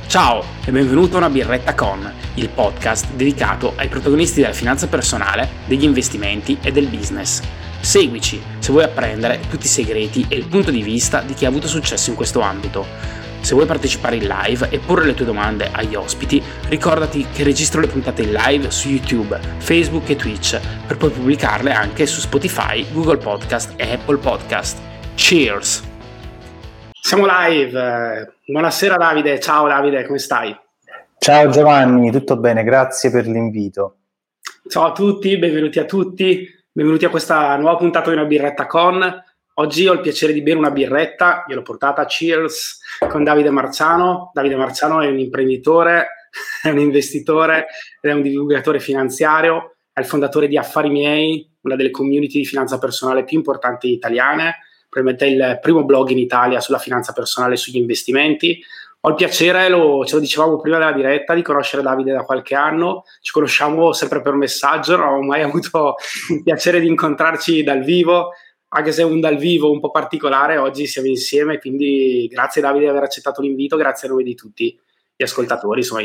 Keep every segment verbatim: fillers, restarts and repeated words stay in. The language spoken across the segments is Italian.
Ciao e benvenuto a Una Birretta Con, il podcast dedicato ai protagonisti della finanza personale, degli investimenti e del business. Seguici se vuoi apprendere tutti i segreti e il punto di vista di chi ha avuto successo in questo ambito. Se vuoi partecipare in live e porre le tue domande agli ospiti, ricordati che registro le puntate in live su YouTube, Facebook e Twitch, per poi pubblicarle anche su Spotify, Google Podcast e Apple Podcast. Cheers! Siamo live. Buonasera Davide, ciao Davide, come stai? Ciao Giovanni, tutto bene, grazie per l'invito. Ciao a tutti, benvenuti a tutti, benvenuti a questa nuova puntata di Una Birretta Con. Oggi ho il piacere di bere una birretta, gliel'ho portata, cheers, con Davide Marciano. Davide Marciano è un imprenditore, è un investitore ed è un divulgatore finanziario, è il fondatore di Affari Miei, una delle community di finanza personale più importanti italiane, probabilmente il primo blog in Italia sulla finanza personale e sugli investimenti. Ho il piacere, lo, ce lo dicevamo prima della diretta, di conoscere Davide da qualche anno. Ci conosciamo sempre per messaggio, non ho mai avuto il piacere di incontrarci dal vivo, anche se è un dal vivo un po' particolare. Oggi siamo insieme, quindi grazie Davide di aver accettato l'invito, grazie a nome di tutti gli ascoltatori, insomma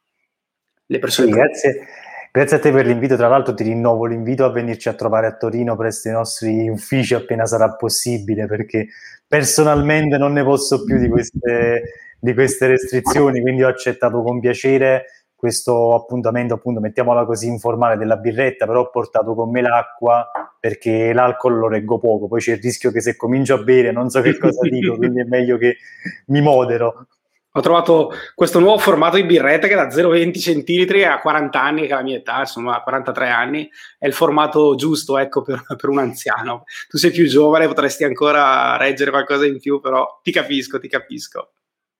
le persone. Sì, grazie. Grazie a te per l'invito, tra l'altro ti rinnovo l'invito a venirci a trovare a Torino presso i nostri uffici appena sarà possibile, perché personalmente non ne posso più di queste, di queste restrizioni, quindi ho accettato con piacere questo appuntamento, appunto, mettiamola così, informale della birretta, però ho portato con me l'acqua perché l'alcol lo reggo poco, poi c'è il rischio che se comincio a bere non so che cosa dico, quindi è meglio che mi modero. Ho trovato questo nuovo formato di birretta che da zero virgola venti centilitri a quaranta anni, che è la mia età, insomma a quarantatré anni, è il formato giusto, ecco, per, per un anziano. Tu sei più giovane, potresti ancora reggere qualcosa in più, però ti capisco, ti capisco.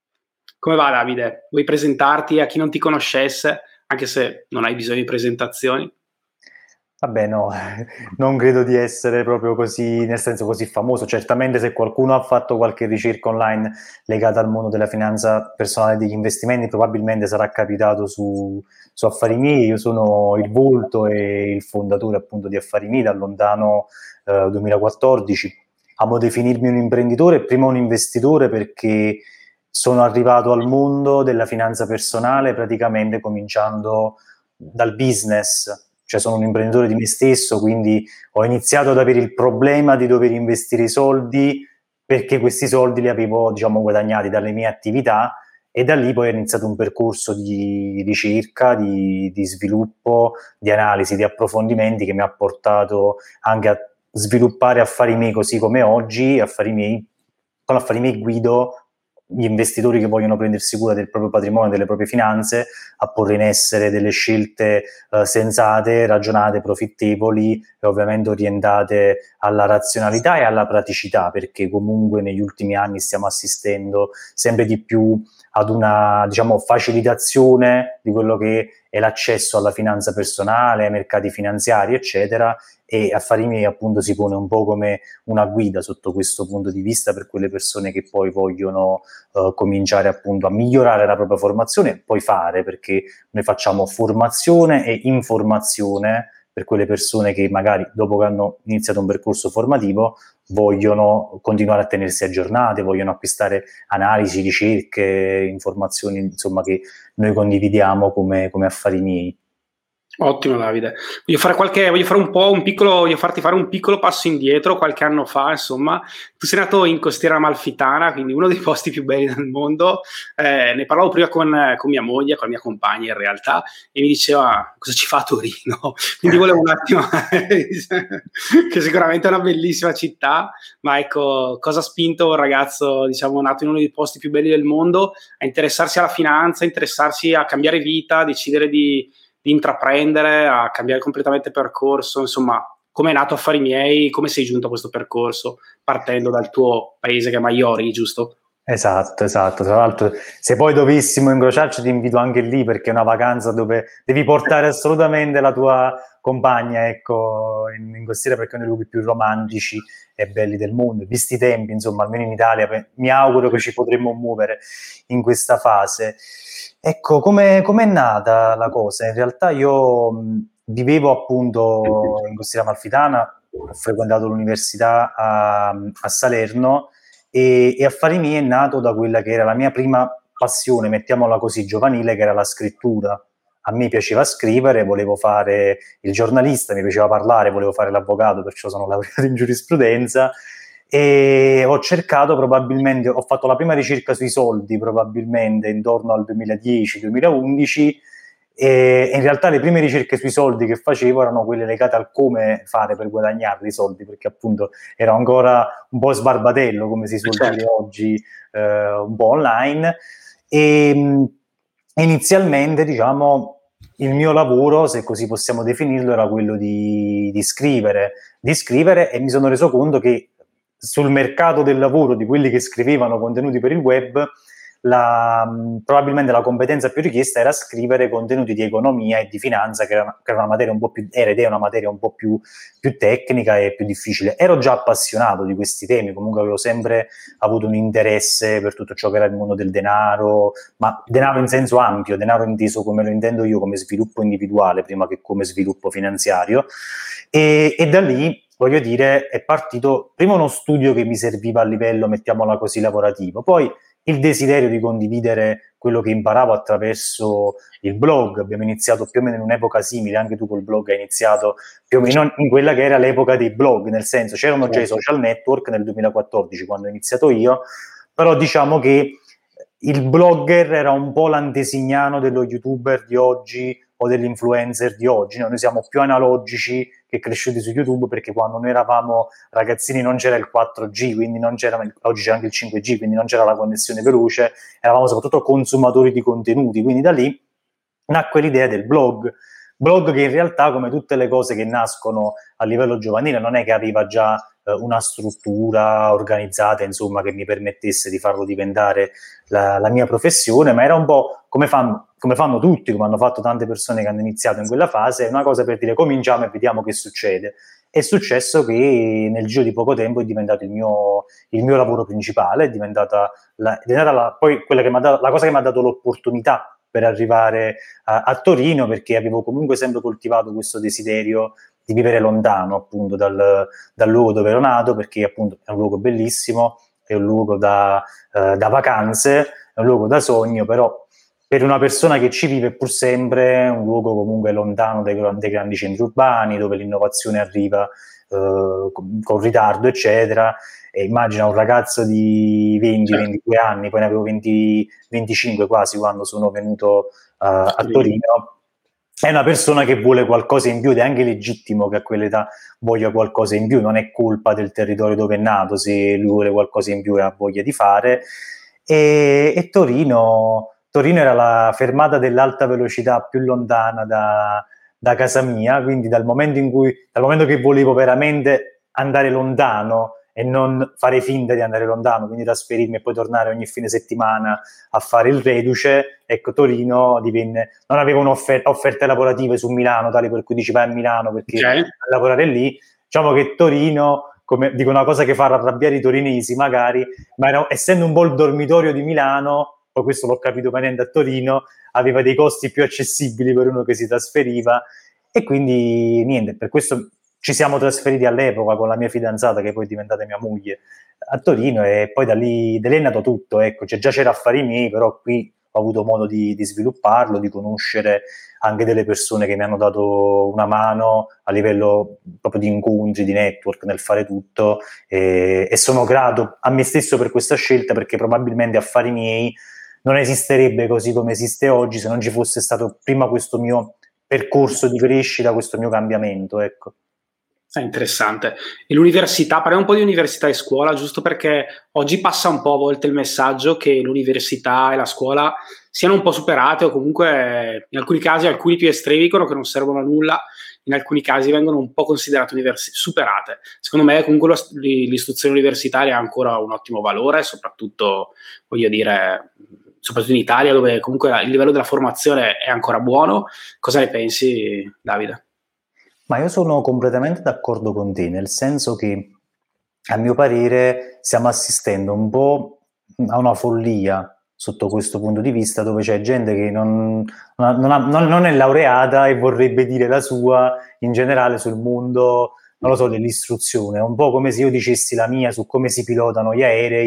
Come va Davide? Vuoi presentarti a chi non ti conoscesse, anche se non hai bisogno di presentazioni? Vabbè, no, non credo di essere proprio così, nel senso così famoso. Certamente se qualcuno ha fatto qualche ricerca online legata al mondo della finanza personale e degli investimenti, probabilmente sarà capitato su, su Affari Miei. Io sono il volto e il fondatore appunto di Affari Miei dal lontano eh, duemilaquattordici. Amo definirmi un imprenditore e prima un investitore perché sono arrivato al mondo della finanza personale praticamente cominciando dal business. Cioè sono un imprenditore di me stesso, quindi ho iniziato ad avere il problema di dover investire i soldi perché questi soldi li avevo, diciamo, guadagnati dalle mie attività, e da lì poi è iniziato un percorso di ricerca, di, di sviluppo, di analisi, di approfondimenti che mi ha portato anche a sviluppare Affari Miei così come oggi. Affari Miei, con Affari Miei guido gli investitori che vogliono prendersi cura del proprio patrimonio, delle proprie finanze, a porre in essere delle scelte eh, sensate, ragionate, profittevoli e ovviamente orientate alla razionalità e alla praticità, perché comunque negli ultimi anni stiamo assistendo sempre di più ad una, diciamo, facilitazione di quello che è l'accesso alla finanza personale, ai mercati finanziari, eccetera, e Affari Miei appunto si pone un po' come una guida sotto questo punto di vista per quelle persone che poi vogliono uh, cominciare appunto a migliorare la propria formazione e poi fare, perché noi facciamo formazione e informazione per quelle persone che magari dopo che hanno iniziato un percorso formativo vogliono continuare a tenersi aggiornate, vogliono acquistare analisi, ricerche, informazioni, insomma, che noi condividiamo come, come Affari Miei. Ottimo Davide, voglio fare qualche, voglio fare un po' un piccolo, voglio farti fare un piccolo passo indietro. Qualche anno fa, insomma, tu sei nato in Costiera Amalfitana, quindi uno dei posti più belli del mondo. Eh, ne parlavo prima con, con mia moglie, con la mia compagna in realtà, e mi diceva cosa ci fa a Torino. Quindi volevo un attimo, che sicuramente è una bellissima città, ma ecco, cosa ha spinto un ragazzo, diciamo, nato in uno dei posti più belli del mondo a interessarsi alla finanza, a interessarsi a cambiare vita, a decidere di di intraprendere, a cambiare completamente percorso, insomma, come è nato Affari Miei, come sei giunto a questo percorso, partendo dal tuo paese che è Maiori, giusto? Esatto, esatto. Tra l'altro, se poi dovessimo incrociarci, ti invito anche lì perché è una vacanza dove devi portare assolutamente la tua compagna, ecco, in, in Costiera, perché è uno dei luoghi più romantici e belli del mondo. Visti i tempi, insomma, almeno in Italia, mi auguro che ci potremmo muovere in questa fase. Ecco, come è nata la cosa? In realtà io mh, vivevo appunto in Costiera Amalfitana, ho frequentato l'università a, a Salerno, e, e Affari Miei è nato da quella che era la mia prima passione, mettiamola così, giovanile, che era la scrittura. A me piaceva scrivere, volevo fare il giornalista, mi piaceva parlare, volevo fare l'avvocato, perciò sono laureato in giurisprudenza, e ho cercato probabilmente, ho fatto la prima ricerca sui soldi probabilmente intorno al duemiladieci duemilaundici, e in realtà le prime ricerche sui soldi che facevo erano quelle legate al come fare per guadagnarli i soldi, perché appunto ero ancora un po' sbarbatello, come si suol certo. dire oggi, eh, un po' online. E inizialmente, diciamo, il mio lavoro, se così possiamo definirlo, era quello di, di scrivere, di scrivere, e mi sono reso conto che sul mercato del lavoro di quelli che scrivevano contenuti per il web, la, probabilmente la competenza più richiesta era scrivere contenuti di economia e di finanza, che era una, che era una materia un po' più, era ed è una materia un po' più, più tecnica e più difficile. Ero già appassionato di questi temi, comunque avevo sempre avuto un interesse per tutto ciò che era il mondo del denaro, ma denaro in senso ampio, denaro inteso come lo intendo io, come sviluppo individuale prima che come sviluppo finanziario, e, e da lì, voglio dire, è partito prima uno studio che mi serviva a livello, mettiamola così, lavorativo, poi il desiderio di condividere quello che imparavo attraverso il blog. Abbiamo iniziato più o meno in un'epoca simile, anche tu col blog hai iniziato più o meno in quella che era l'epoca dei blog, nel senso c'erano già i social network nel duemilaquattordici quando ho iniziato io, però diciamo che il blogger era un po' l'antesignano dello youtuber di oggi o dell'influencer di oggi, no? Noi siamo più analogici che cresciuti su YouTube, perché quando noi eravamo ragazzini non c'era il quattro G, quindi non c'era, oggi c'è anche il cinque G, quindi non c'era la connessione veloce, eravamo soprattutto consumatori di contenuti, quindi da lì nacque l'idea del blog, blog che in realtà, come tutte le cose che nascono a livello giovanile, non è che aveva già eh, una struttura organizzata, insomma, che mi permettesse di farlo diventare la, la mia professione, ma era un po' come fanno, come fanno tutti, come hanno fatto tante persone che hanno iniziato in quella fase, una cosa per dire cominciamo e vediamo che succede. È successo che nel giro di poco tempo è diventato il mio, il mio lavoro principale, è diventata, la, è diventata la, poi quella che mi ha dato, la cosa che mi ha dato l'opportunità per arrivare a, a Torino, perché avevo comunque sempre coltivato questo desiderio di vivere lontano appunto dal, dal luogo dove ero nato, perché appunto è un luogo bellissimo, è un luogo da, eh, da vacanze, è un luogo da sogno, però per una persona che ci vive pur sempre un luogo comunque lontano dai, dai grandi centri urbani, dove l'innovazione arriva eh, con, con ritardo, eccetera. E immagina un ragazzo di venti ventidue anni, poi ne avevo venti venticinque quasi quando sono venuto uh, a Torino. È una persona che vuole qualcosa in più, ed è anche legittimo che a quell'età voglia qualcosa in più, non è colpa del territorio dove è nato se lui vuole qualcosa in più e ha voglia di fare. E, e Torino, Torino era la fermata dell'alta velocità più lontana da, da casa mia, quindi dal momento in cui, dal momento che volevo veramente andare lontano e non fare finta di andare lontano, quindi trasferirmi e poi tornare ogni fine settimana a fare il reduce, ecco, Torino divenne, non avevo un'offerta, offerte lavorative su Milano, tali per cui dici vai a Milano perché okay. lavorare lì. Diciamo che Torino, come dico, una cosa che fa arrabbiare i torinesi magari, ma era, essendo un po' il dormitorio di Milano, poi questo l'ho capito venendo a Torino, aveva dei costi più accessibili per uno che si trasferiva, e quindi niente, per questo ci siamo trasferiti all'epoca con la mia fidanzata, che poi è diventata mia moglie, a Torino, e poi da lì, da lì è nato tutto, ecco. Cioè, già c'era affari miei, però qui ho avuto modo di, di svilupparlo, di conoscere anche delle persone che mi hanno dato una mano a livello proprio di incontri, di network nel fare tutto, e, e sono grato a me stesso per questa scelta, perché probabilmente affari miei non esisterebbe così come esiste oggi se non ci fosse stato prima questo mio percorso di crescita, questo mio cambiamento, ecco. È interessante. E l'università, parliamo un po' di università e scuola, giusto perché oggi passa un po' a volte il messaggio che l'università e la scuola siano un po' superate, o comunque in alcuni casi alcuni più estremi dicono che non servono a nulla, in alcuni casi vengono un po' considerate universi- superate. Secondo me comunque lo, l'istruzione universitaria ha ancora un ottimo valore, soprattutto, voglio dire, soprattutto in Italia, dove comunque il livello della formazione è ancora buono. Cosa ne pensi, Davide? Ma io sono completamente d'accordo con te, nel senso che, a mio parere, stiamo assistendo un po' a una follia sotto questo punto di vista, dove c'è gente che non, non, ha, non, non è laureata e vorrebbe dire la sua in generale sul mondo, non lo so, dell'istruzione. È un po' come se io dicessi la mia su come si pilotano gli aerei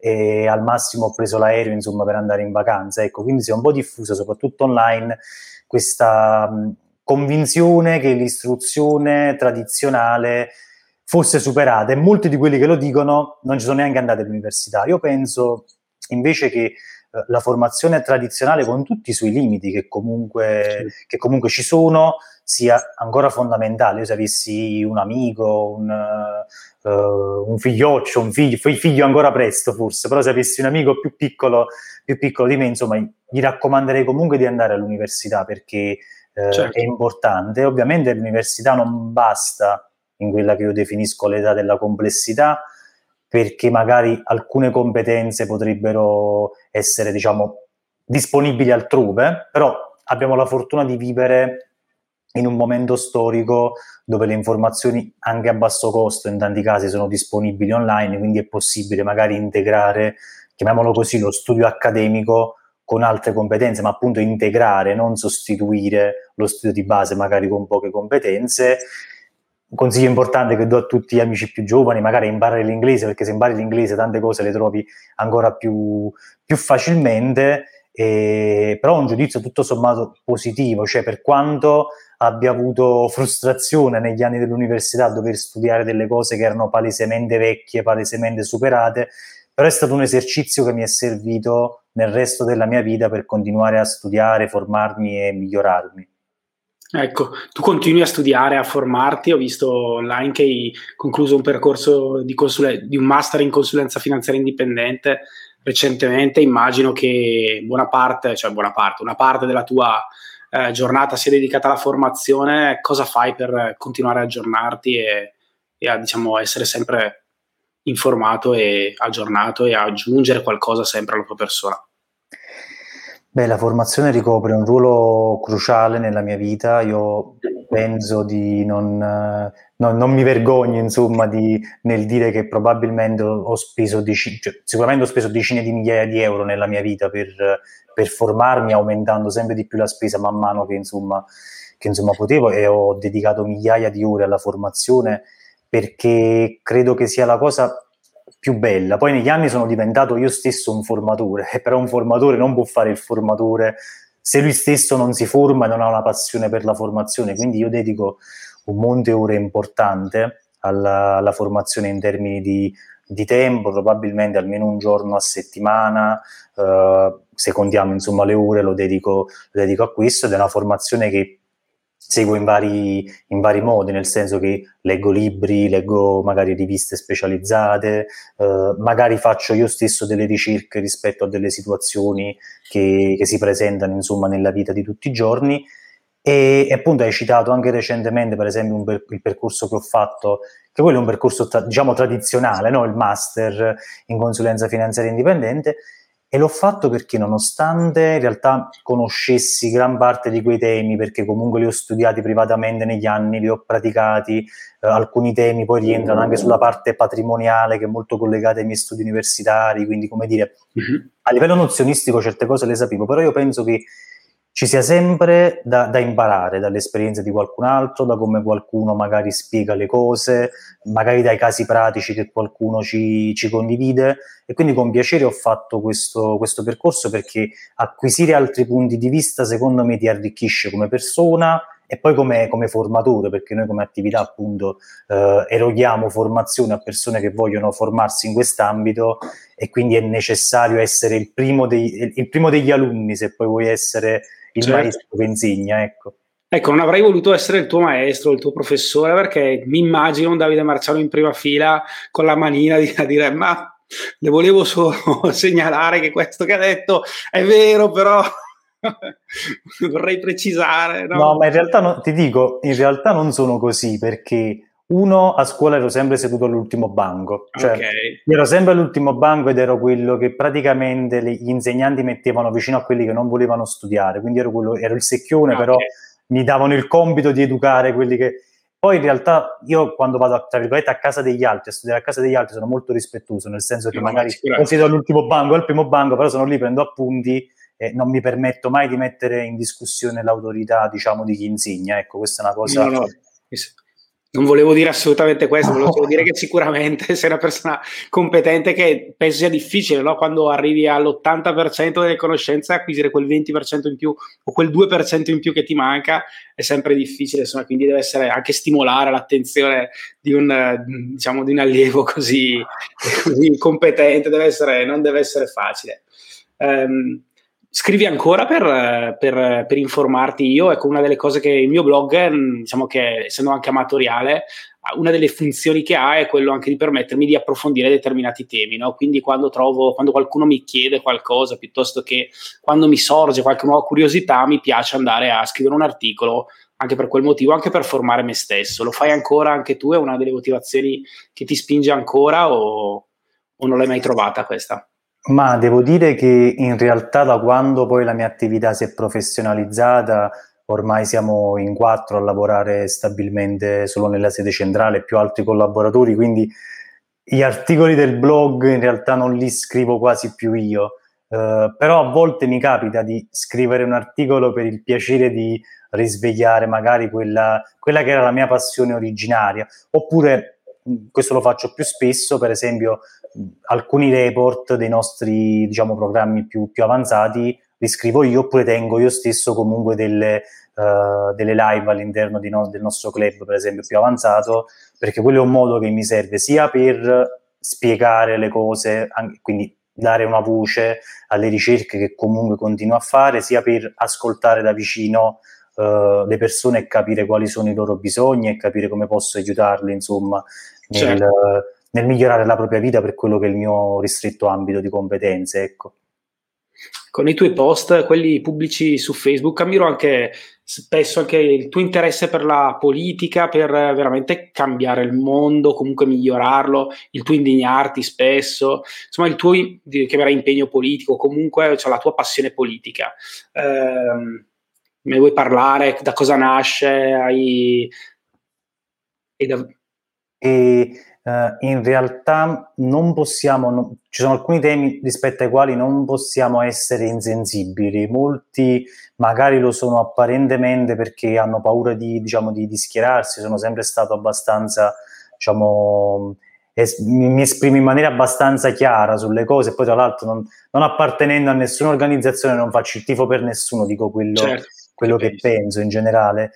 e al massimo ho preso l'aereo, insomma, per andare in vacanza, ecco. Quindi si è un po' diffusa, soprattutto online, questa mh, convinzione che l'istruzione tradizionale fosse superata, e molti di quelli che lo dicono non ci sono neanche andati all'università. Io penso invece che eh, la formazione tradizionale, con tutti i suoi limiti che comunque, Sì. che comunque ci sono, sia ancora fondamentale. Io se avessi un amico, un, uh, un figlioccio, un figlio, figlio ancora presto forse, però se avessi un amico più piccolo, più piccolo di me, insomma, gli raccomanderei comunque di andare all'università, perché eh, Certo. è importante. Ovviamente l'università non basta in quella che io definisco l'età della complessità, perché magari alcune competenze potrebbero essere, diciamo, disponibili altrove, però abbiamo la fortuna di vivere in un momento storico dove le informazioni anche a basso costo in tanti casi sono disponibili online, quindi è possibile magari integrare, chiamiamolo così, lo studio accademico con altre competenze, ma appunto integrare, non sostituire lo studio di base magari con poche competenze. Un consiglio importante che do a tutti gli amici più giovani: magari imparare l'inglese, perché se impari l'inglese tante cose le trovi ancora più, più facilmente. E, però un giudizio tutto sommato positivo, cioè per quanto abbia avuto frustrazione negli anni dell'università a dover studiare delle cose che erano palesemente vecchie, palesemente superate, però è stato un esercizio che mi è servito nel resto della mia vita per continuare a studiare, formarmi e migliorarmi. Ecco, tu continui a studiare, a formarti. Ho visto online che hai concluso un percorso di, consule- di un master in consulenza finanziaria indipendente recentemente. Immagino che buona parte, cioè buona parte, una parte della tua eh, giornata sia dedicata alla formazione. Cosa fai per continuare a aggiornarti e, e a, diciamo, essere sempre informato e aggiornato e a aggiungere qualcosa sempre alla tua persona? Beh, la formazione ricopre un ruolo cruciale nella mia vita. Io penso di non, eh, non, non mi vergogno, insomma, di, nel dire che probabilmente ho speso dec- cioè, sicuramente ho speso decine di migliaia di euro nella mia vita per, per formarmi, aumentando sempre di più la spesa man mano che, insomma, che insomma potevo, e ho dedicato migliaia di ore alla formazione, perché credo che sia la cosa più bella. Poi negli anni sono diventato io stesso un formatore, però un formatore non può fare il formatore se lui stesso non si forma e non ha una passione per la formazione. Quindi io dedico un monte ore importante alla, alla formazione in termini di, di tempo, probabilmente almeno un giorno a settimana, eh, se contiamo insomma le ore, lo dedico, lo dedico a questo, ed è una formazione che seguo in vari, in vari modi, nel senso che leggo libri, leggo magari riviste specializzate, eh, magari faccio io stesso delle ricerche rispetto a delle situazioni che, che si presentano insomma nella vita di tutti i giorni. E, e appunto hai citato anche recentemente, per esempio, un per, il percorso che ho fatto, che quello è un percorso tra, diciamo tradizionale, no? Il master in consulenza finanziaria indipendente. E l'ho fatto perché, nonostante in realtà conoscessi gran parte di quei temi, perché comunque li ho studiati privatamente negli anni, li ho praticati, eh, alcuni temi poi rientrano anche sulla parte patrimoniale, che è molto collegata ai miei studi universitari, quindi, come dire, Mm-hmm. a livello nozionistico certe cose le sapevo, però io penso che ci sia sempre da, da imparare dall'esperienza di qualcun altro, da come qualcuno magari spiega le cose, magari dai casi pratici che qualcuno ci, ci condivide. E quindi con piacere ho fatto questo, questo percorso, perché acquisire altri punti di vista secondo me ti arricchisce come persona e poi come, come formatore, perché noi come attività appunto eh, eroghiamo formazione a persone che vogliono formarsi in quest'ambito, e quindi è necessario essere il primo, dei, il primo degli alunni, se poi vuoi essere il Certo. maestro che insegna, ecco. Ecco, non avrei voluto essere il tuo maestro, il tuo professore, perché mi immagino un Davide Marciano in prima fila con la manina di, a dire: ma le volevo solo segnalare che questo che ha detto è vero, però vorrei precisare, no? No, ma in realtà no, ti dico, in realtà non sono così, perché uno, a scuola ero sempre seduto all'ultimo banco, cioè Ok. ero sempre all'ultimo banco ed ero quello che praticamente le, gli insegnanti mettevano vicino a quelli che non volevano studiare, quindi ero, quello, ero il secchione, però Okay. mi davano il compito di educare quelli che... Poi in realtà io, quando vado a, tra virgolette, a casa degli altri, a studiare a casa degli altri, sono molto rispettoso, nel senso che No, ma magari o sicuramente. siedo all'ultimo banco o al primo banco, però sono lì, prendo appunti e non mi permetto mai di mettere in discussione l'autorità, diciamo, di chi insegna. Ecco, questa è una No, cosa... no. Non volevo dire assolutamente questo, volevo solo dire che sicuramente sei una persona competente, che penso sia difficile, no? Quando arrivi all'ottanta per cento delle conoscenze, acquisire quel venti per cento in più o quel due per cento in più che ti manca è sempre difficile, insomma, quindi deve essere anche stimolare l'attenzione di un, diciamo, di un allievo così, così competente, deve essere, non deve essere facile. Um, Scrivi ancora per, per, per informarti? Io, ecco, una delle cose che il mio blog, diciamo che essendo anche amatoriale, una delle funzioni che ha è quello anche di permettermi di approfondire determinati temi, no? Quindi quando trovo, quando qualcuno mi chiede qualcosa, piuttosto che quando mi sorge qualche nuova curiosità, mi piace andare a scrivere un articolo anche per quel motivo, anche per formare me stesso. Lo fai ancora anche tu? È una delle motivazioni che ti spinge ancora o, o non l'hai mai trovata questa? Ma devo dire che in realtà da quando poi la mia attività si è professionalizzata, ormai siamo in quattro a lavorare stabilmente solo nella sede centrale, più altri collaboratori, quindi gli articoli del blog in realtà non li scrivo quasi più io, eh, però a volte mi capita di scrivere un articolo per il piacere di risvegliare magari quella, quella che era la mia passione originaria, oppure questo lo faccio più spesso, per esempio alcuni report dei nostri, diciamo, programmi più, più avanzati li scrivo io, oppure tengo io stesso comunque delle, uh, delle live all'interno di no, del nostro club, per esempio, più avanzato, perché quello è un modo che mi serve sia per spiegare le cose, anche, quindi dare una voce alle ricerche che comunque continuo a fare, sia per ascoltare da vicino uh, le persone e capire quali sono i loro bisogni e capire come posso aiutarli, insomma, nel... Certo. nel migliorare la propria vita per quello che è il mio ristretto ambito di competenze, ecco. Con i tuoi post, quelli pubblici su Facebook, ammiro anche spesso anche il tuo interesse per la politica, per veramente cambiare il mondo, comunque migliorarlo, il tuo indignarti spesso, insomma il tuo, chiamerai impegno politico, comunque cioè la tua passione politica. Eh, me vuoi parlare? Da cosa nasce? Hai... E da... E Uh, in realtà non possiamo, no, ci sono alcuni temi rispetto ai quali non possiamo essere insensibili, molti magari lo sono apparentemente perché hanno paura di, diciamo, di, di schierarsi. Sono sempre stato abbastanza, diciamo, es- mi esprimo in maniera abbastanza chiara sulle cose, poi tra l'altro non, non appartenendo a nessuna organizzazione non faccio il tifo per nessuno, dico quello, certo, quello che penso. penso in generale,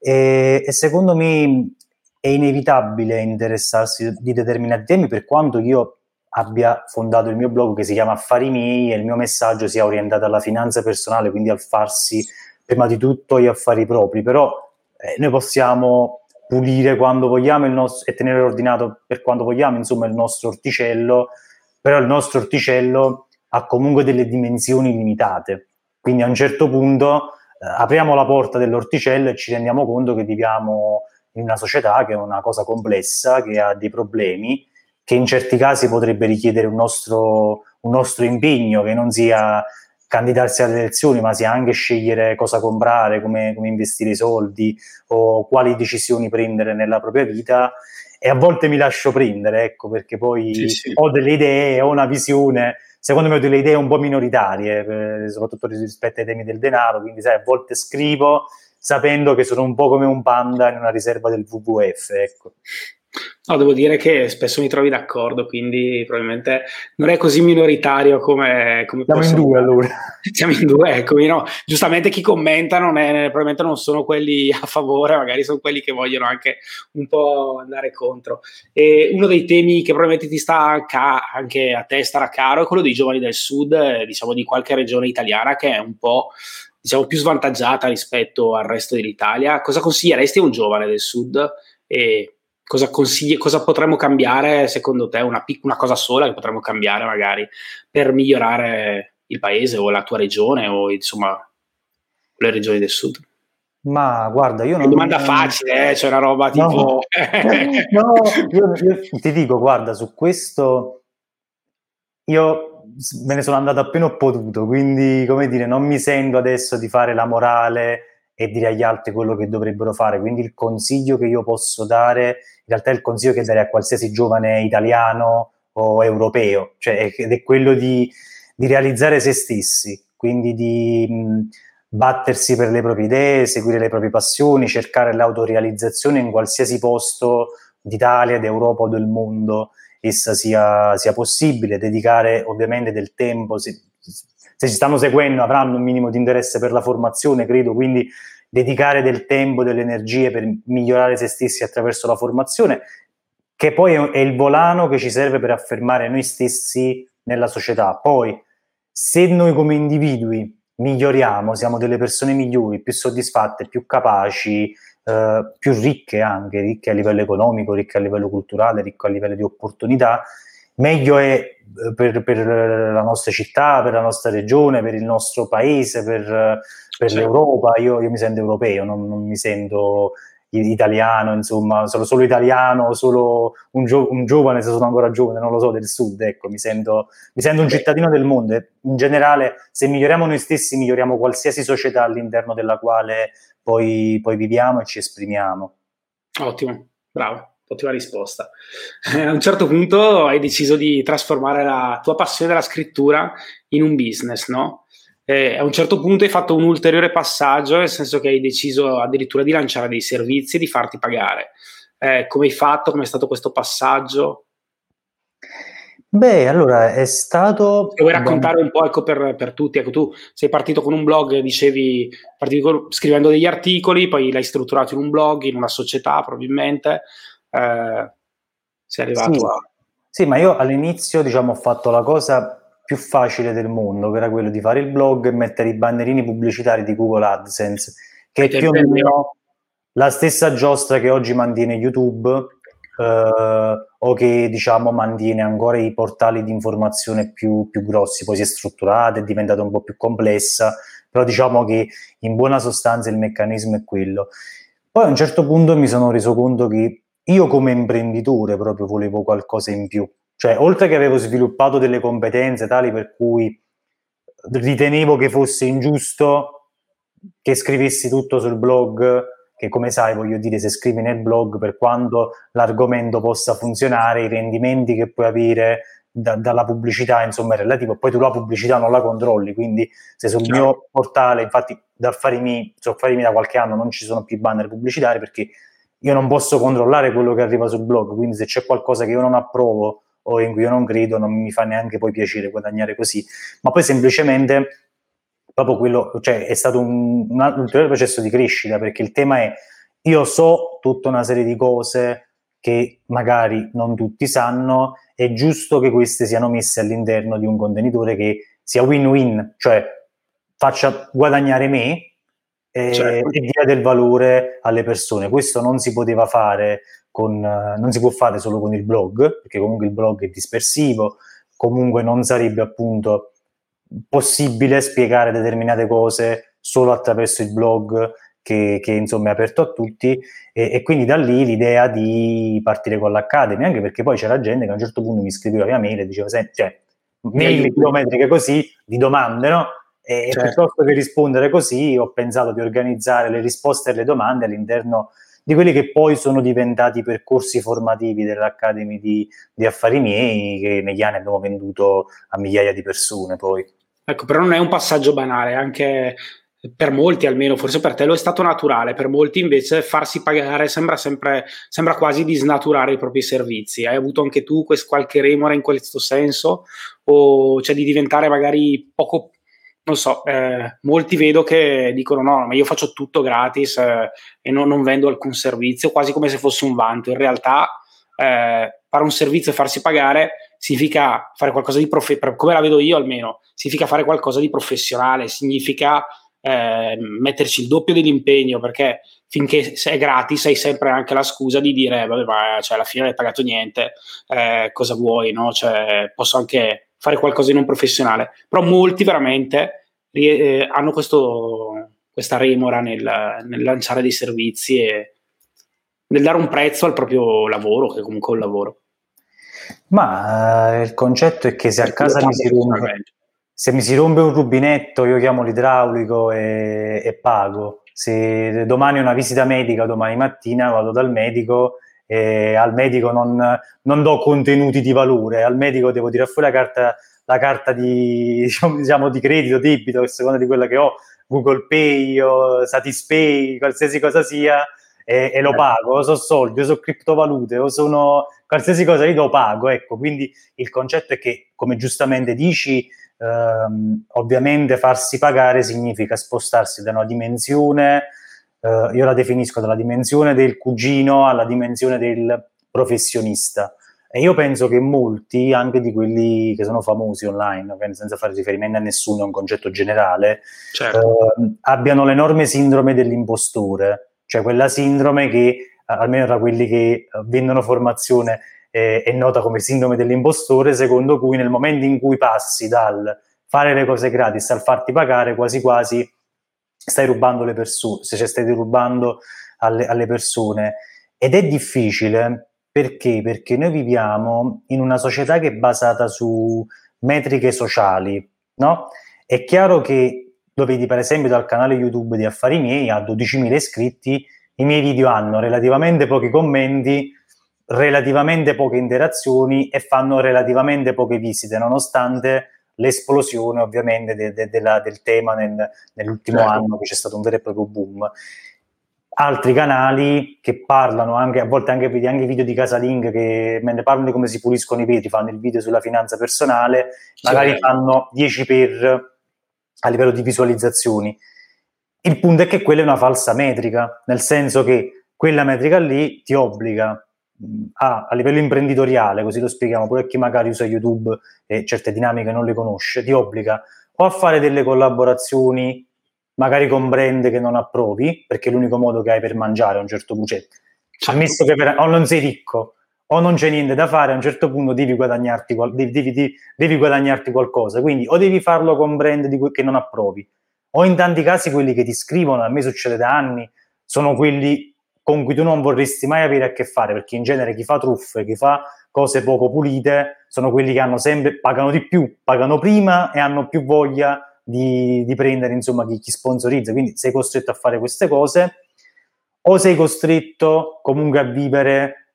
e, e secondo me è inevitabile interessarsi di determinati temi, per quanto io abbia fondato il mio blog che si chiama Affari Miei e il mio messaggio sia orientato alla finanza personale, quindi al farsi prima di tutto gli affari propri, però eh, noi possiamo pulire quando vogliamo il nostro, e tenere ordinato per quando vogliamo, insomma, il nostro orticello, però il nostro orticello ha comunque delle dimensioni limitate, quindi a un certo punto eh, apriamo la porta dell'orticello e ci rendiamo conto che viviamo in una società che è una cosa complessa, che ha dei problemi, che in certi casi potrebbe richiedere un nostro, un nostro impegno, che non sia candidarsi alle elezioni, ma sia anche scegliere cosa comprare, come, come investire i soldi o quali decisioni prendere nella propria vita. E a volte mi lascio prendere, ecco, perché poi sì, sì. ho delle idee, ho una visione, secondo me ho delle idee un po' minoritarie, eh, soprattutto rispetto ai temi del denaro, quindi sai, a volte scrivo sapendo che sono un po' come un panda in una riserva del W W F, ecco. No, devo dire che spesso mi trovi d'accordo, quindi probabilmente non è così minoritario come, come siamo in due allora. Siamo in due, ecco, no, giustamente chi commenta non è, probabilmente non sono quelli a favore, magari sono quelli che vogliono anche un po' andare contro. E uno dei temi che probabilmente ti sta ca- anche a te starà caro è quello dei giovani del sud, eh, diciamo di qualche regione italiana che è un po', diciamo, più svantaggiata rispetto al resto dell'Italia. Cosa consiglieresti a un giovane del sud e cosa consigli, cosa potremmo cambiare secondo te, una, pic- una cosa sola che potremmo cambiare magari per migliorare il paese o la tua regione o insomma le regioni del sud? Ma guarda, io non... È una domanda facile, eh? C'è una roba no. tipo... no, io, io ti dico, guarda, su questo io me ne sono andato appena ho potuto, quindi, come dire, non mi sento adesso di fare la morale e dire agli altri quello che dovrebbero fare, quindi il consiglio che io posso dare, in realtà è il consiglio che darei a qualsiasi giovane italiano o europeo, cioè ed è quello di, di realizzare se stessi, quindi di... Mh, battersi per le proprie idee, seguire le proprie passioni, cercare l'autorealizzazione in qualsiasi posto d'Italia, d'Europa o del mondo essa sia, sia possibile, dedicare ovviamente del tempo, se, se ci stanno seguendo avranno un minimo di interesse per la formazione, credo, quindi dedicare del tempo, delle energie per migliorare se stessi attraverso la formazione, che poi è il volano che ci serve per affermare noi stessi nella società. Poi, se noi come individui miglioriamo, siamo delle persone migliori, più soddisfatte, più capaci, eh, più ricche anche, ricche a livello economico, ricche a livello culturale, ricche a livello di opportunità, meglio è per, per la nostra città, per la nostra regione, per il nostro paese, per, per certo. l'Europa. Io, io mi sento europeo, non, non mi sento italiano, insomma, solo, solo italiano, solo un, gio- un giovane, se sono ancora giovane, non lo so, del sud, ecco, mi sento, mi sento un cittadino del mondo. In generale, se miglioriamo noi stessi, miglioriamo qualsiasi società all'interno della quale poi, poi viviamo e ci esprimiamo. Ottimo, bravo, ottima risposta. Eh, a un certo punto hai deciso di trasformare la tua passione della scrittura in un business, no? Eh, a un certo punto hai fatto un ulteriore passaggio, nel senso che hai deciso addirittura di lanciare dei servizi e di farti pagare. Eh, come hai fatto? Come è stato questo passaggio? Beh, allora è stato... Se vuoi raccontare un po', ecco, per, per tutti, ecco, tu sei partito con un blog, dicevi, partiti con, scrivendo degli articoli, poi l'hai strutturato in un blog, in una società probabilmente, eh, sei arrivato sì, a... Sì, ma io all'inizio, diciamo, ho fatto la cosa più facile del mondo, che era quello di fare il blog e mettere i bannerini pubblicitari di Google AdSense, che è più o meno la stessa giostra che oggi mantiene YouTube, eh, o che, diciamo, mantiene ancora i portali di informazione più, più grossi. Poi si è strutturata, è diventata un po' più complessa, però diciamo che in buona sostanza il meccanismo è quello. Poi a un certo punto mi sono reso conto che io come imprenditore proprio volevo qualcosa in più, cioè oltre che avevo sviluppato delle competenze tali per cui ritenevo che fosse ingiusto che scrivessi tutto sul blog, che come sai, voglio dire, se scrivi nel blog, per quanto l'argomento possa funzionare, i rendimenti che puoi avere da, dalla pubblicità, insomma, è relativo. Poi tu la pubblicità non la controlli, quindi se sul Chiaro. mio portale, infatti da affari miei, su affari miei da qualche anno non ci sono più banner pubblicitari, perché io non posso controllare quello che arriva sul blog, quindi se c'è qualcosa che io non approvo o in cui io non credo, non mi fa neanche poi piacere guadagnare così. Ma poi semplicemente proprio quello, cioè è stato un, un ulteriore processo di crescita, perché il tema è, io so tutta una serie di cose che magari non tutti sanno, è giusto che queste siano messe all'interno di un contenitore che sia win-win, cioè faccia guadagnare me e, certo. e dia del valore alle persone. Questo non si poteva fare con, non si può fare solo con il blog, perché comunque il blog è dispersivo, comunque non sarebbe appunto possibile spiegare determinate cose solo attraverso il blog che, che insomma è aperto a tutti, e, e quindi da lì l'idea di partire con l'Academy, anche perché poi c'era gente che a un certo punto mi scriveva via mail e diceva, cioè, mail chilometriche così, di domande, no? E certo. piuttosto che rispondere così ho pensato di organizzare le risposte alle domande all'interno di quelli che poi sono diventati i percorsi formativi dell'Academy di, di Affari Miei, che negli anni abbiamo venduto a migliaia di persone poi. Ecco, però non è un passaggio banale, anche per molti almeno, forse per te lo è stato naturale, per molti invece farsi pagare sembra sempre, sembra quasi di snaturare i propri servizi. Hai avuto anche tu quest- qualche remora in questo senso? O cioè di diventare magari poco... non so, eh, molti vedo che dicono no, ma io faccio tutto gratis eh, e non, non vendo alcun servizio, quasi come se fosse un vanto. In realtà eh, fare un servizio e farsi pagare significa fare qualcosa di professionale, come la vedo io almeno, significa fare qualcosa di professionale, significa eh, metterci il doppio dell'impegno, perché finché è gratis hai sempre anche la scusa di dire vabbè, ma cioè, alla fine non hai pagato niente, eh, cosa vuoi, no? Cioè, posso anche fare qualcosa di non professionale, però molti veramente eh, hanno questo, questa remora nel, nel lanciare dei servizi e nel dare un prezzo al proprio lavoro, che è comunque un lavoro. Ma eh, il concetto è che se a casa mi si rompe, se mi si rompe un rubinetto, io chiamo l'idraulico e, e pago. Se domani ho una visita medica, domani mattina vado dal medico e al medico non, non do contenuti di valore, al medico devo tirare fuori la carta, la carta di, diciamo, diciamo, di credito, debito, a seconda di quella che ho, Google Pay o Satispay, qualsiasi cosa sia, e, e lo pago, o sono soldi, o sono criptovalute, o sono qualsiasi cosa, io lo pago, ecco. Quindi il concetto è che, come giustamente dici, ehm, ovviamente farsi pagare significa spostarsi da una dimensione, eh, io la definisco dalla dimensione del cugino alla dimensione del professionista. E io penso che molti, anche di quelli che sono famosi online, senza fare riferimento a nessuno, è un concetto generale, certo. eh, abbiano l'enorme sindrome dell'impostore, cioè quella sindrome che, almeno tra quelli che vendono formazione, eh, è nota come sindrome dell'impostore, secondo cui nel momento in cui passi dal fare le cose gratis al farti pagare, quasi quasi stai rubando le persone, se cioè stai rubando alle, alle persone. Ed è difficile. Perché? Perché noi viviamo in una società che è basata su metriche sociali, no? È chiaro che, lo vedi per esempio dal canale YouTube di Affari Miei, ha dodicimila iscritti, i miei video hanno relativamente pochi commenti, relativamente poche interazioni e fanno relativamente poche visite, nonostante l'esplosione ovviamente de, de, de la, del tema nel, nell'ultimo certo. anno, che c'è stato un vero e proprio boom. Altri canali che parlano anche, a volte anche, anche video di casalinga, che mentre parlano di come si puliscono i vetri fanno il video sulla finanza personale, magari sì. fanno dieci per a livello di visualizzazioni. Il punto è che quella è una falsa metrica, nel senso che quella metrica lì ti obbliga a, a livello imprenditoriale, così lo spieghiamo pure a chi magari usa YouTube e certe dinamiche non le conosce, ti obbliga o a fare delle collaborazioni magari con brand che non approvi, perché è l'unico modo che hai per mangiare a un certo punto. Certo. Ammesso che per, o non sei ricco o non c'è niente da fare, a un certo punto devi guadagnarti, devi, devi, devi guadagnarti qualcosa, quindi o devi farlo con brand di, che non approvi, o in tanti casi quelli che ti scrivono, a me succede da anni, sono quelli con cui tu non vorresti mai avere a che fare, perché in genere chi fa truffe, chi fa cose poco pulite, sono quelli che hanno sempre, pagano di più, pagano prima e hanno più voglia Di, di prendere, insomma, chi, chi sponsorizza. Quindi sei costretto a fare queste cose, o sei costretto comunque a vivere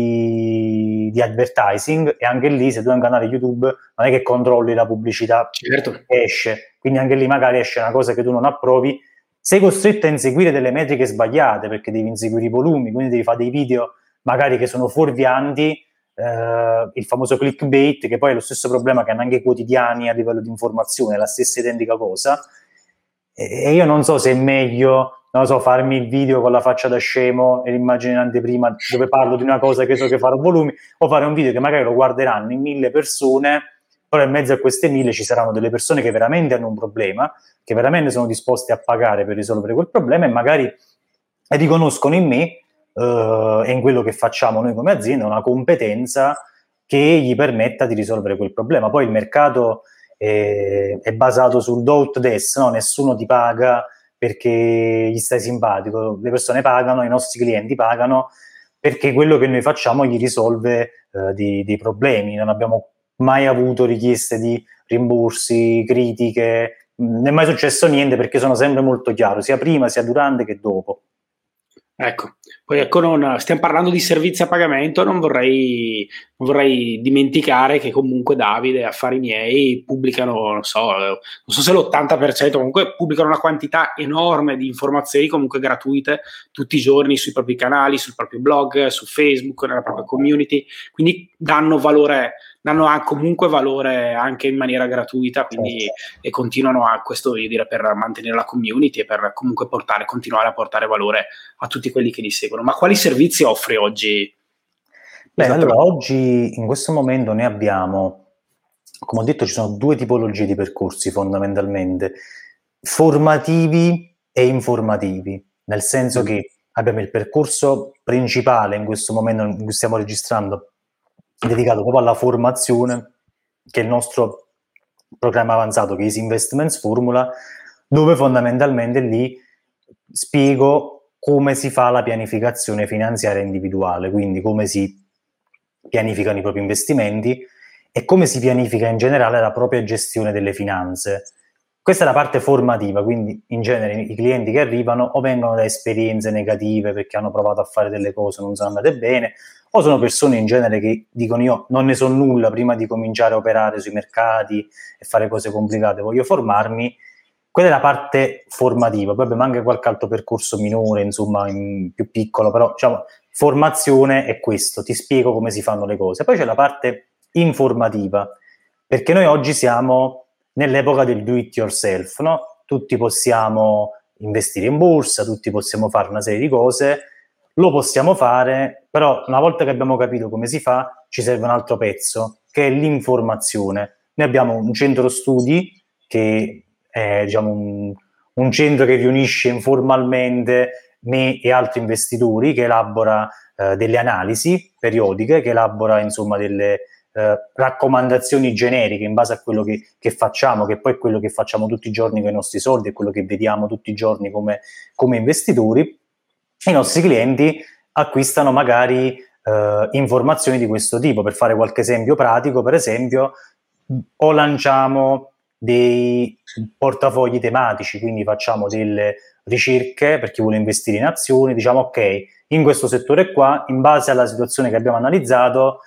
di, di advertising, e anche lì, se tu hai un canale YouTube, non è che controlli la pubblicità certo. che esce, quindi anche lì magari esce una cosa che tu non approvi, sei costretto a inseguire delle metriche sbagliate, perché devi inseguire i volumi, quindi devi fare dei video magari che sono fuorvianti, Uh, il famoso clickbait, che poi è lo stesso problema che hanno anche i quotidiani a livello di informazione, la stessa identica cosa, e, e io non so se è meglio, non so, farmi il video con la faccia da scemo e l'immagine in anteprima dove parlo di una cosa che so che farò volumi, o fare un video che magari lo guarderanno in mille persone, però in mezzo a queste mille ci saranno delle persone che veramente hanno un problema, che veramente sono disposte a pagare per risolvere quel problema, e magari riconoscono in me Uh, e in quello che facciamo noi come azienda una competenza che gli permetta di risolvere quel problema. Poi il mercato è, è basato sul do ut des, no? Nessuno ti paga perché gli stai simpatico, le persone pagano, i nostri clienti pagano perché quello che noi facciamo gli risolve uh, dei, dei problemi. Non abbiamo mai avuto richieste di rimborsi, critiche, non è mai successo niente, perché sono sempre molto chiaro, sia prima, sia durante che dopo. Ecco, poi ecco, non, stiamo parlando di servizi a pagamento, non vorrei, non vorrei dimenticare che comunque Davide e Affari Miei pubblicano, non so, non so se l'ottanta per cento, comunque pubblicano una quantità enorme di informazioni comunque gratuite tutti i giorni sui propri canali, sul proprio blog, su Facebook, nella propria community, quindi danno valore, danno comunque valore anche in maniera gratuita, quindi e continuano a questo, io direi, per mantenere la community e per comunque portare, continuare a portare valore a tutti quelli che li seguono. Ma quali servizi offri oggi? Beh, allora, oggi in questo momento ne abbiamo, come ho detto, ci sono due tipologie di percorsi fondamentalmente, formativi e informativi, nel senso mm. che abbiamo il percorso principale in questo momento in cui stiamo registrando, dedicato proprio alla formazione, che è il nostro programma avanzato, che è Easy Investments Formula, dove fondamentalmente lì spiego come si fa la pianificazione finanziaria individuale, quindi come si pianificano i propri investimenti e come si pianifica in generale la propria gestione delle finanze. Questa è la parte formativa, quindi in genere i clienti che arrivano o vengono da esperienze negative perché hanno provato a fare delle cose, non sono andate bene, o sono persone in genere che dicono io non ne so nulla prima di cominciare a operare sui mercati e fare cose complicate, voglio formarmi. quella è la parte formativa, poi abbiamo anche qualche altro percorso minore, insomma, in, più piccolo, però diciamo, formazione è questo, ti spiego come si fanno le cose. Poi c'è la parte informativa, perché noi oggi siamo nell'epoca del do it yourself, no? Tutti possiamo investire in borsa, tutti possiamo fare una serie di cose, lo possiamo fare, però una volta che abbiamo capito come si fa, ci serve un altro pezzo, che è l'informazione. Noi abbiamo un centro studi che è, diciamo, un, un centro che riunisce informalmente me e altri investitori, che elabora eh, delle analisi periodiche, che elabora insomma delle eh, raccomandazioni generiche in base a quello che, che facciamo, che poi è quello che facciamo tutti i giorni con i nostri soldi, è quello che vediamo tutti i giorni come, come investitori. I nostri clienti acquistano magari eh, informazioni di questo tipo. Per fare qualche esempio pratico, per esempio, o lanciamo dei portafogli tematici, quindi facciamo delle ricerche per chi vuole investire in azioni, diciamo ok, in questo settore qua, in base alla situazione che abbiamo analizzato,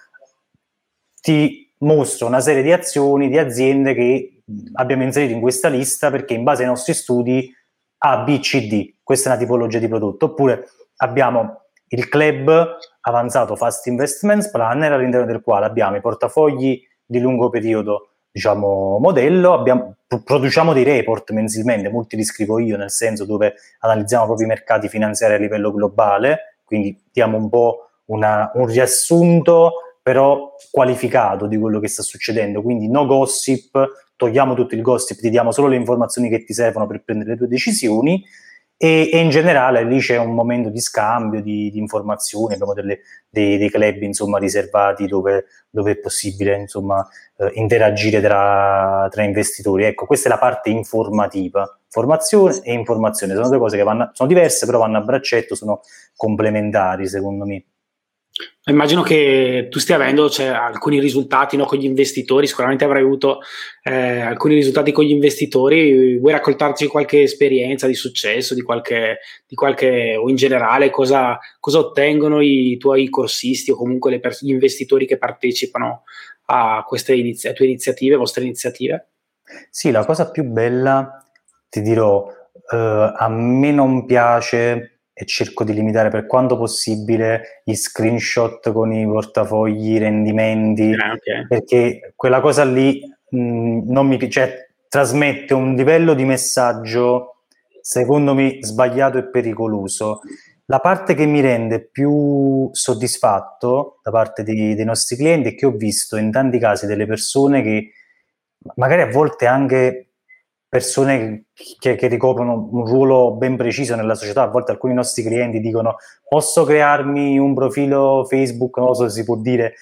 ti mostro una serie di azioni, di aziende che abbiamo inserito in questa lista perché in base ai nostri studi A, B, C, D, questa è una tipologia di prodotto. Oppure abbiamo il club avanzato Fast Investments Planner, all'interno del quale abbiamo i portafogli di lungo periodo, diciamo, modello, abbiamo, produciamo dei report mensilmente, molti li scrivo io, nel senso dove analizziamo proprio i mercati finanziari a livello globale, quindi diamo un po' una, un riassunto però qualificato di quello che sta succedendo, quindi no gossip, togliamo tutto il gossip, ti diamo solo le informazioni che ti servono per prendere le tue decisioni. E, e in generale lì c'è un momento di scambio di, di informazioni, abbiamo delle, dei, dei club insomma riservati dove, dove è possibile insomma eh, interagire tra, tra investitori. Ecco, questa è la parte informativa, formazione e informazione, sono due cose che vanno, sono diverse però vanno a braccetto, sono complementari secondo me. Immagino che tu stia avendo cioè, alcuni risultati, no, con gli investitori, sicuramente avrai avuto eh, alcuni risultati con gli investitori. Vuoi raccontarci qualche esperienza di successo, di qualche, di qualche o in generale cosa, cosa ottengono i tuoi corsisti o comunque le pers- gli investitori che partecipano a queste inizi- a tue iniziative, vostre iniziative? Sì, la cosa più bella, ti dirò, eh, a me non piace e cerco di limitare per quanto possibile gli screenshot con i portafogli, i rendimenti, Eh, okay. perché quella cosa lì mh, non mi cioè, trasmette un livello di messaggio secondo me sbagliato e pericoloso. La parte che mi rende più soddisfatto da parte di, dei nostri clienti è che ho visto in tanti casi delle persone che magari a volte anche persone che, che ricoprono un ruolo ben preciso nella società, a volte alcuni nostri clienti dicono posso crearmi un profilo Facebook, non so se si può dire,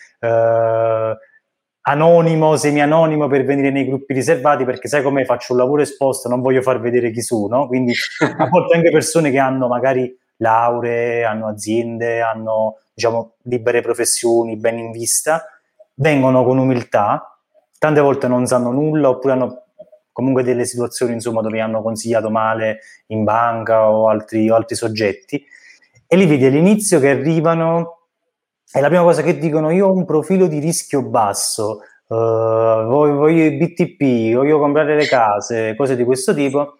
eh, anonimo, semi-anonimo per venire nei gruppi riservati perché sai com'è, faccio un lavoro esposto, non voglio far vedere chi sono, quindi a volte anche persone che hanno magari lauree, hanno aziende, hanno diciamo libere professioni ben in vista, vengono con umiltà, tante volte non sanno nulla oppure hanno comunque delle situazioni insomma dove hanno consigliato male in banca o altri, o altri soggetti e li vedi all'inizio che arrivano e la prima cosa che dicono io ho un profilo di rischio basso, uh, voglio, voglio i B T P, voglio comprare le case, cose di questo tipo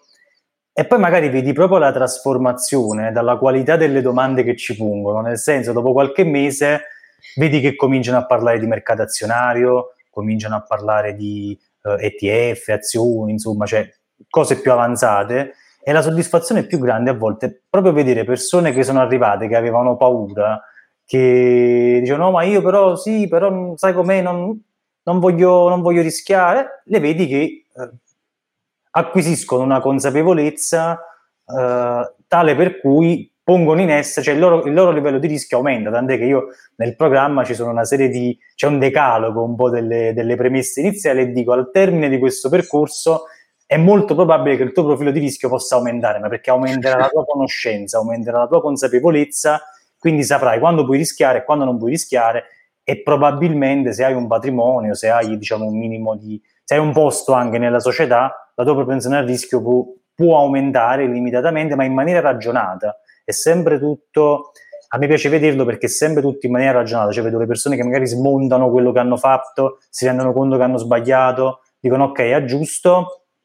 e poi magari vedi proprio la trasformazione dalla qualità delle domande che ci pongono, nel senso dopo qualche mese vedi che cominciano a parlare di mercato azionario, cominciano a parlare di uh, E T F, azioni, insomma, cioè cose più avanzate e la soddisfazione più grande a volte è proprio vedere persone che sono arrivate, che avevano paura, che dicono no ma io però sì, però sai com'è, non, non, voglio, non voglio rischiare, le vedi che eh, acquisiscono una consapevolezza eh, tale per cui pongono in essere, cioè il loro, il loro livello di rischio aumenta, tant'è che io nel programma ci sono una serie di, c'è un decalogo un po' delle, delle premesse iniziali e dico al termine di questo percorso è molto probabile che il tuo profilo di rischio possa aumentare, ma perché aumenterà la tua conoscenza, aumenterà la tua consapevolezza, quindi saprai quando puoi rischiare e quando non puoi rischiare e probabilmente se hai un patrimonio, se hai diciamo un minimo di, se hai un posto anche nella società, la tua propensione al rischio può, può aumentare limitatamente, ma in maniera ragionata. È sempre tutto, a me piace vederlo perché è sempre tutto in maniera ragionata, cioè vedo le persone che magari smontano quello che hanno fatto, si rendono conto che hanno sbagliato, dicono ok, aggiusto,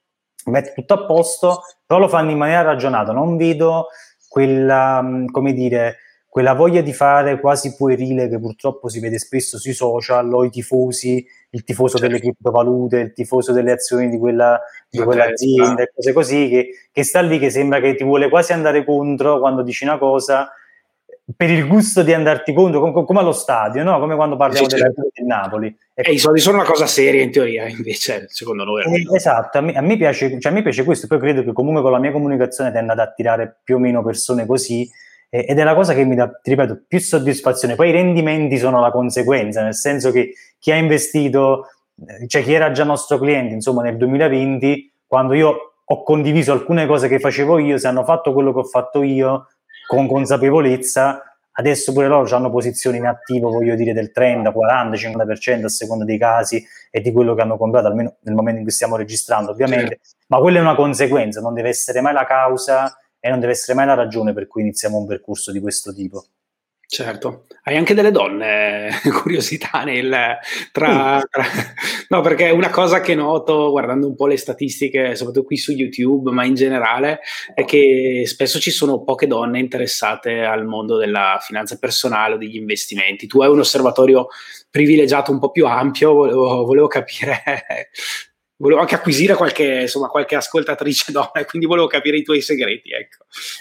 mette tutto a posto, però lo fanno in maniera ragionata, non vedo quella, come dire, quella voglia di fare quasi puerile che purtroppo si vede spesso sui social, o i tifosi, il tifoso certo. delle criptovalute, il tifoso delle azioni di, quella, di quell'azienda, e cose così, che, che sta lì, che sembra che ti vuole quasi andare contro quando dici una cosa, per il gusto di andarti contro, come, come allo stadio, no? Come quando parliamo sì, della certo. del Napoli. E i soldi sono una cosa seria in teoria, invece, secondo noi. Eh, esatto, a me, a me piace, cioè a me piace questo, poi credo che comunque con la mia comunicazione tenda ad attirare più o meno persone così, eh, ed è la cosa che mi dà, ti ripeto, più soddisfazione. Poi i rendimenti sono la conseguenza, nel senso che chi ha investito, cioè chi era già nostro cliente, insomma, nel duemilaventi, quando io ho condiviso alcune cose che facevo io, se hanno fatto quello che ho fatto io, con consapevolezza, adesso pure loro hanno posizioni in attivo, voglio dire, del trenta, quaranta, cinquanta per cento a seconda dei casi e di quello che hanno comprato, almeno nel momento in cui stiamo registrando, ovviamente, sì. Ma quella è una conseguenza, non deve essere mai la causa e non deve essere mai la ragione per cui iniziamo un percorso di questo tipo. Certo, hai anche delle donne, curiosità nel tra, tra no, perché una cosa che noto guardando un po' le statistiche, soprattutto qui su YouTube, ma in generale, è che spesso ci sono poche donne interessate al mondo della finanza personale o degli investimenti. Tu hai un osservatorio privilegiato un po' più ampio, volevo, volevo capire, volevo anche acquisire qualche, insomma, qualche ascoltatrice donna, quindi volevo capire i tuoi segreti, ecco.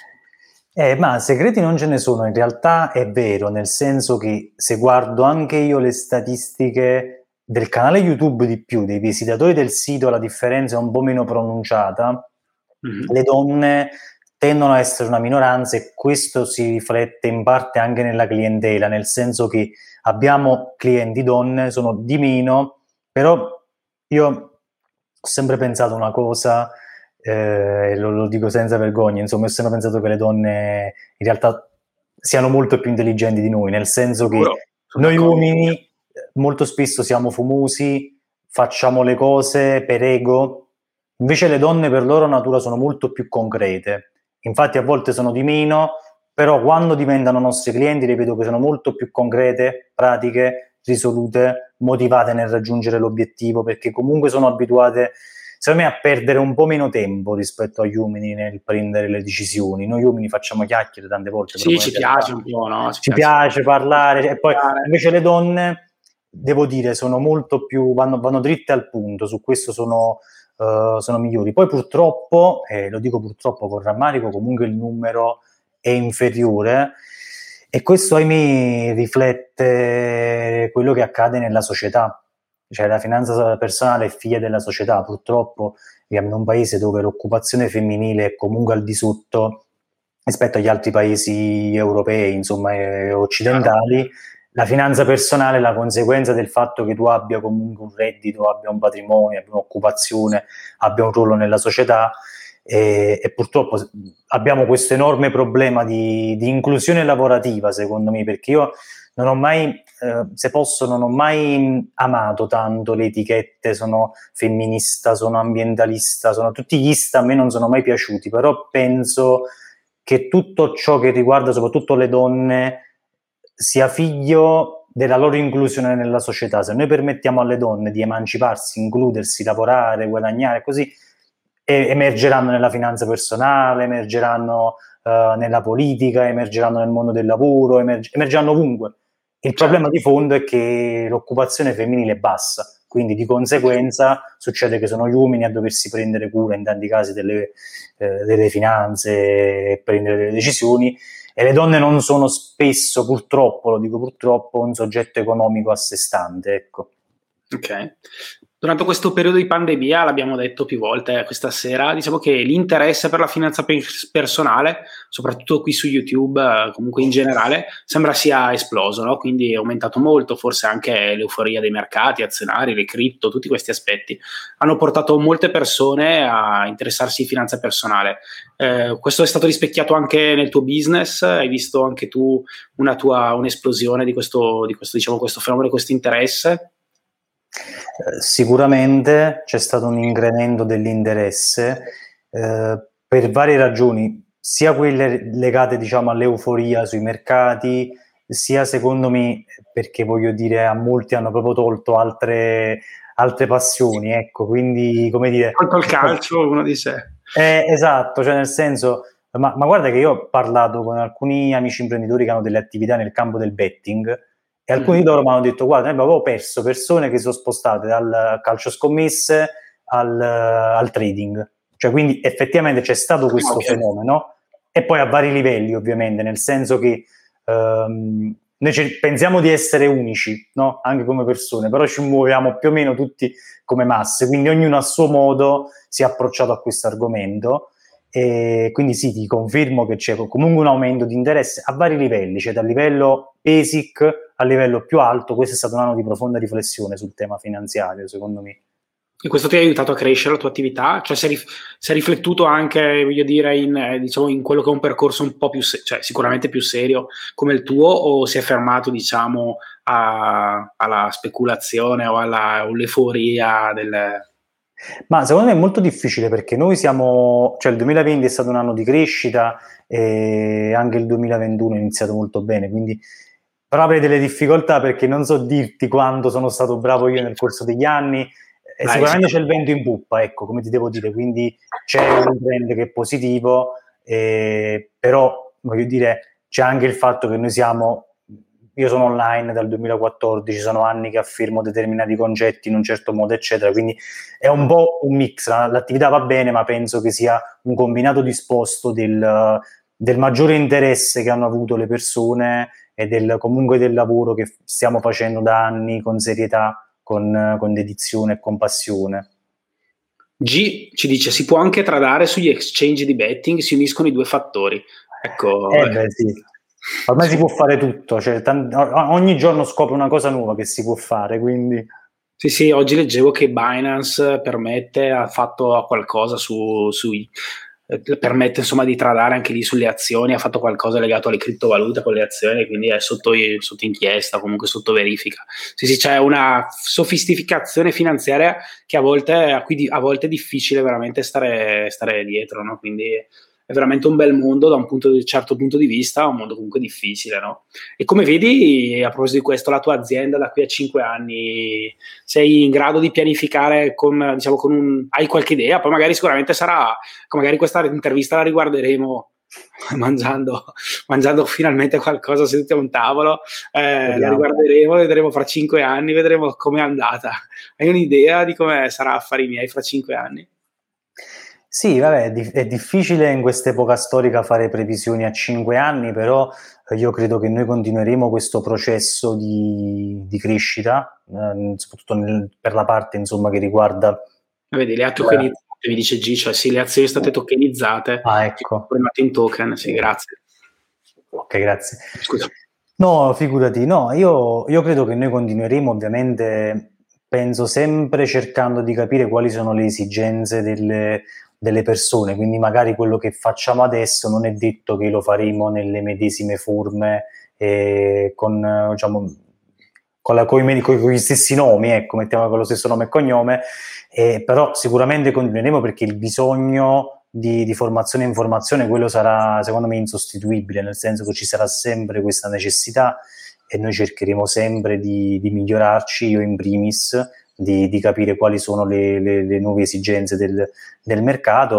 Eh, ma segreti non ce ne sono, in realtà è vero, nel senso che se guardo anche io le statistiche del canale YouTube di più, dei visitatori del sito, la differenza è un po' meno pronunciata, mm-hmm. Le donne tendono a essere una minoranza e questo si riflette in parte anche nella clientela, nel senso che abbiamo clienti donne, sono di meno, però io ho sempre pensato una cosa... Eh, lo, lo dico senza vergogna, insomma, ho sempre pensato che le donne in realtà siano molto più intelligenti di noi, nel senso che noi uomini molto spesso siamo fumosi, facciamo le cose per ego, invece le donne per loro natura sono molto più concrete, infatti a volte sono di meno, però quando diventano nostri clienti le vedo che sono molto più concrete, pratiche, risolute, motivate nel raggiungere l'obiettivo, perché comunque sono abituate, secondo me, a perdere un po' meno tempo rispetto agli uomini nel prendere le decisioni. Noi uomini facciamo chiacchiere tante volte. Sì, ci piace un po', no? Ci, ci piace, piace parlare. E poi invece le donne, devo dire, sono molto più, vanno, vanno dritte al punto, su questo sono, uh, sono migliori. Poi purtroppo, e lo dico purtroppo con rammarico, comunque il numero è inferiore e questo, ahimè, riflette quello che accade nella società. Cioè la finanza personale è figlia della società, purtroppo viviamo in un paese dove l'occupazione femminile è comunque al di sotto rispetto agli altri paesi europei, insomma, eh, occidentali. La finanza personale è la conseguenza del fatto che tu abbia comunque un reddito, abbia un patrimonio, abbia un'occupazione, abbia un ruolo nella società e, e purtroppo abbiamo questo enorme problema di, di inclusione lavorativa, secondo me, perché io non ho mai, eh, se posso, non ho mai amato tanto le etichette, sono femminista, sono ambientalista, sono tutti gli sta, a me non sono mai piaciuti, però penso che tutto ciò che riguarda soprattutto le donne sia figlio della loro inclusione nella società. Se noi permettiamo alle donne di emanciparsi, includersi, lavorare, guadagnare, così e- emergeranno nella finanza personale, emergeranno uh, nella politica, emergeranno nel mondo del lavoro, emerg- emergeranno ovunque. Il problema di fondo è che l'occupazione femminile è bassa, quindi di conseguenza succede che sono gli uomini a doversi prendere cura in tanti casi delle, eh, delle finanze e prendere delle decisioni, e le donne non sono spesso, purtroppo, lo dico purtroppo, un soggetto economico a sé stante, ecco. Ok. Durante questo periodo di pandemia, l'abbiamo detto più volte questa sera, diciamo che l'interesse per la finanza personale, soprattutto qui su YouTube, comunque in generale, sembra sia esploso, no? Quindi è aumentato molto, forse anche l'euforia dei mercati azionari, le cripto, tutti questi aspetti hanno portato molte persone a interessarsi di finanza personale. Eh, questo è stato rispecchiato anche nel tuo business? Hai visto anche tu una tua un'esplosione di questo, di questo, diciamo, questo fenomeno, questo interesse? Sicuramente c'è stato un incremento dell'interesse eh, per varie ragioni, sia quelle legate, diciamo, all'euforia sui mercati, sia secondo me perché, voglio dire, a molti hanno proprio tolto altre, altre passioni, ecco, quindi come dire... Quanto il calcio, uno di sé. Eh, esatto, cioè nel senso, ma, ma guarda che io ho parlato con alcuni amici imprenditori che hanno delle attività nel campo del betting e alcuni mm. di loro mi hanno detto, guarda, noi avevo perso persone che si sono spostate dal calcio scommesse al, al trading, cioè quindi effettivamente c'è stato questo okay. fenomeno e poi a vari livelli ovviamente, nel senso che um, noi ci, pensiamo di essere unici, no? Anche come persone, però ci muoviamo più o meno tutti come masse, quindi ognuno a suo modo si è approcciato a questo argomento e quindi sì, ti confermo che c'è comunque un aumento di interesse a vari livelli, cioè dal livello basic al livello più alto. Questo è stato un anno di profonda riflessione sul tema finanziario, secondo me. E questo ti ha aiutato a crescere la tua attività? Cioè sei, rif- sei riflettuto anche, voglio dire, in, eh, diciamo, in quello che è un percorso un po' più, se- cioè sicuramente più serio come il tuo, o si è fermato, diciamo, a, alla speculazione o alla, all'euforia del... Ma secondo me è molto difficile perché noi siamo, cioè il duemilaventi è stato un anno di crescita e anche il duemilaventuno è iniziato molto bene, quindi però avrei delle difficoltà perché non so dirti quanto sono stato bravo io nel corso degli anni. E Dai, sicuramente sì. C'è il vento in poppa, ecco, come ti devo dire, quindi c'è un trend che è positivo, eh, però voglio dire c'è anche il fatto che noi siamo, io sono online dal duemilaquattordici, sono anni che affermo determinati concetti in un certo modo, eccetera, quindi è un po' un mix, l'attività va bene, ma penso che sia un combinato disposto del, del maggiore interesse che hanno avuto le persone e del, comunque del lavoro che stiamo facendo da anni con serietà, Con, con dedizione e con passione. G ci dice si può anche tradare sugli exchange di betting, si uniscono i due fattori. Ecco, eh beh, sì. Ormai si può fare tutto, cioè, t- ogni giorno scopre una cosa nuova che si può fare, quindi sì sì, oggi leggevo che Binance permette, ha fatto qualcosa su, sui permette insomma di tradare anche lì sulle azioni, ha fatto qualcosa legato alle criptovalute con le azioni, quindi è sotto, sotto inchiesta, comunque sotto verifica. Sì sì, c'è una sofisticazione finanziaria che a volte, a cui a volte è difficile veramente stare, stare dietro, no? Quindi è veramente un bel mondo da un punto di, certo punto di vista, un mondo comunque difficile, no? E come vedi, a proposito di questo, la tua azienda da qui a cinque anni sei in grado di pianificare con, diciamo, con un, hai qualche idea? Poi magari sicuramente sarà, magari questa intervista la riguarderemo mangiando, mangiando finalmente qualcosa seduti a un tavolo, eh, la riguarderemo, vedremo fra cinque anni, vedremo com'è andata. Hai un'idea di come sarà affari miei fra cinque anni? Sì, vabbè, è difficile in quest'epoca storica fare previsioni a cinque anni, però io credo che noi continueremo questo processo di, di crescita, eh, soprattutto nel, per la parte insomma che riguarda... Vedi, le ha tokenizzate, mi dice G, cioè sì, le azioni state tokenizzate, ah, ecco. in token, sì, grazie. Ok, grazie. Scusa. No, figurati, no, io, io credo che noi continueremo ovviamente, penso sempre cercando di capire quali sono le esigenze delle, delle persone, quindi magari quello che facciamo adesso non è detto che lo faremo nelle medesime forme e con, diciamo, con, la, con, i, con gli stessi nomi, ecco, mettiamo con lo stesso nome e cognome, eh, però sicuramente continueremo perché il bisogno Di, di formazione e informazione, quello sarà secondo me insostituibile, nel senso che ci sarà sempre questa necessità e noi cercheremo sempre di, di migliorarci, io in primis, di, di capire quali sono le, le, le nuove esigenze del, del mercato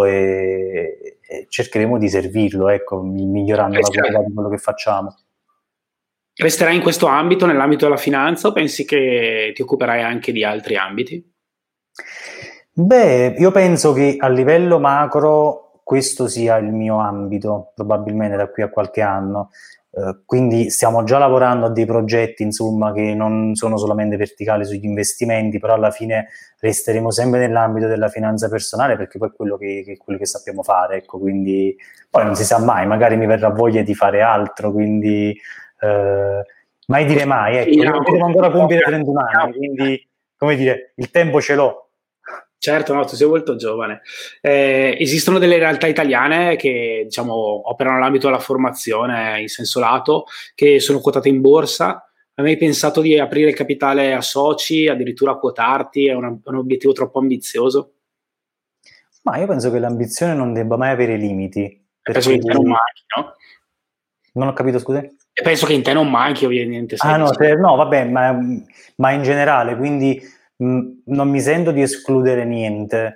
e, e cercheremo di servirlo, ecco, migliorando la qualità di quello che facciamo. Resterai in questo ambito, nell'ambito della finanza, o pensi che ti occuperai anche di altri ambiti? Beh, io penso che a livello macro questo sia il mio ambito, probabilmente da qui a qualche anno, eh, quindi stiamo già lavorando a dei progetti, insomma, che non sono solamente verticali sugli investimenti, però alla fine resteremo sempre nell'ambito della finanza personale, perché poi è quello che, che, quello che sappiamo fare, ecco, quindi poi non si sa mai, magari mi verrà voglia di fare altro, quindi eh, mai dire mai, ecco, io devo ancora compiere trentuno anni, quindi, come dire, il tempo ce l'ho. Certo, no, tu sei molto giovane. Eh, esistono delle realtà italiane che, diciamo, operano nell'ambito della formazione in senso lato, che sono quotate in borsa. Hai mai pensato di aprire il capitale a soci, addirittura a quotarti? È un, un obiettivo troppo ambizioso? Ma io penso che l'ambizione non debba mai avere limiti. Penso che in te non manchi, no? Non ho capito, scusa? E penso che in te non manchi, ovviamente. Ah no, se, no, vabbè, ma, ma in generale, quindi mh, non mi sento di escludere niente,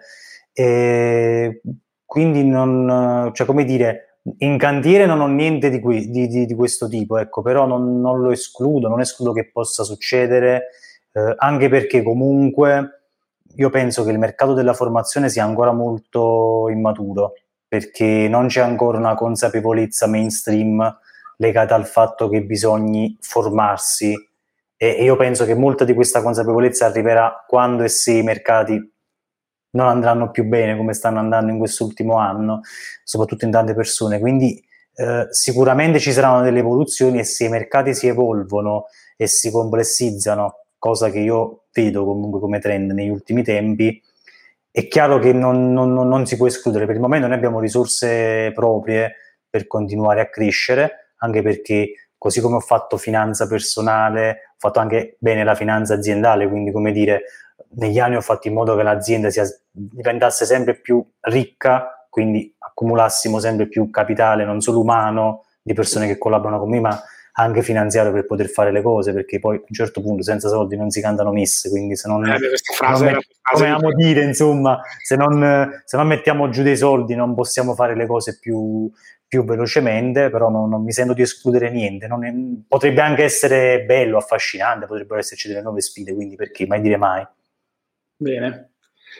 e quindi non, cioè come dire, in cantiere non ho niente di, qui, di, di, di questo tipo, ecco, però non, non lo escludo, non escludo che possa succedere, eh, anche perché comunque io penso che il mercato della formazione sia ancora molto immaturo, perché non c'è ancora una consapevolezza mainstream legata al fatto che bisogni formarsi, e, e io penso che molta di questa consapevolezza arriverà quando e se i mercati non andranno più bene come stanno andando in quest'ultimo anno, soprattutto in tante persone, quindi eh, sicuramente ci saranno delle evoluzioni, e se i mercati si evolvono e si complessizzano, cosa che io vedo comunque come trend negli ultimi tempi, è chiaro che non, non, non si può escludere. Per il momento noi abbiamo risorse proprie per continuare a crescere, anche perché così come ho fatto finanza personale, ho fatto anche bene la finanza aziendale, quindi come dire, negli anni ho fatto in modo che l'azienda sia, diventasse sempre più ricca, quindi accumulassimo sempre più capitale, non solo umano, di persone che collaborano con me, ma anche finanziario, per poter fare le cose, perché poi a un certo punto senza soldi non si cantano messe, quindi se non, Eh, questa frase non è la frase come amo dire, insomma, se non, se non mettiamo giù dei soldi non possiamo fare le cose più, più velocemente, però non, non mi sento di escludere niente. Non è, potrebbe anche essere bello, affascinante, potrebbero esserci delle nuove sfide, quindi perché mai dire mai. Bene,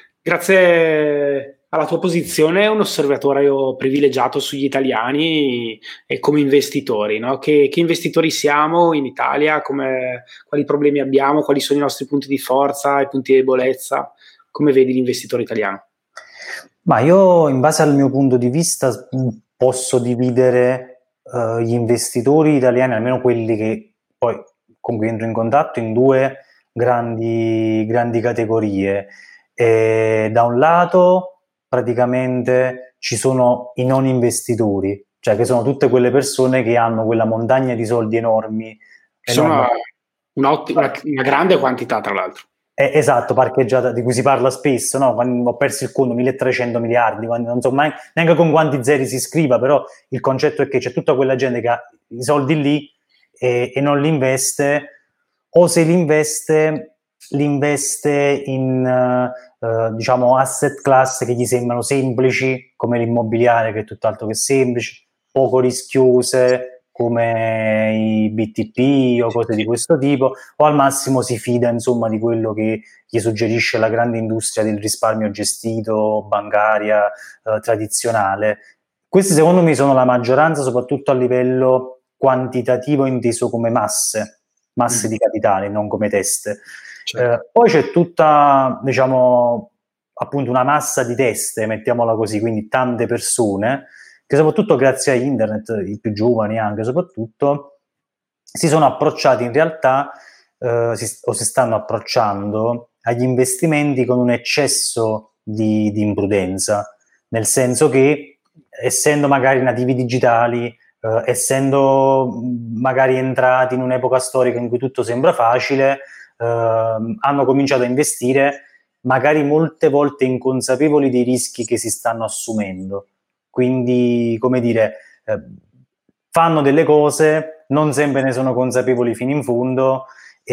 grazie alla tua posizione, un osservatorio privilegiato sugli italiani e come investitori, no? Che, che investitori siamo in Italia, come, quali problemi abbiamo, quali sono i nostri punti di forza e punti di debolezza, come vedi l'investitore italiano? Ma io, in base al mio punto di vista, posso dividere uh, gli investitori italiani, almeno quelli che poi con cui entro in contatto, in due grandi, grandi categorie. E da un lato, praticamente, ci sono i non investitori, cioè che sono tutte quelle persone che hanno quella montagna di soldi enormi. Sono una, una, una grande quantità, tra l'altro. Eh, esatto, parcheggiata, di cui si parla spesso, no? Quando ho perso il conto, milletrecento miliardi, quando, non so mai neanche con quanti zeri si scriva, però il concetto è che c'è tutta quella gente che ha i soldi lì e, e non li investe, o se li investe, li investe in uh, diciamo asset class che gli sembrano semplici, come l'immobiliare, che è tutt'altro che semplice, poco rischiose, come i B T P o cose di questo tipo, o al massimo si fida, insomma, di quello che gli suggerisce la grande industria del risparmio gestito, bancaria, eh, tradizionale. Questi secondo me sono la maggioranza, soprattutto a livello quantitativo, inteso come masse, masse mm. di capitale, non come teste. Certo. Eh, poi c'è tutta, diciamo, appunto una massa di teste, mettiamola così, quindi tante persone che soprattutto grazie a internet, i più giovani anche soprattutto, si sono approcciati in realtà, eh, si, o si stanno approcciando agli investimenti con un eccesso di, di imprudenza, nel senso che, essendo magari nativi digitali, eh, essendo magari entrati in un'epoca storica in cui tutto sembra facile, eh, hanno cominciato a investire magari molte volte inconsapevoli dei rischi che si stanno assumendo. Quindi, come dire, eh, fanno delle cose, non sempre ne sono consapevoli fino in fondo,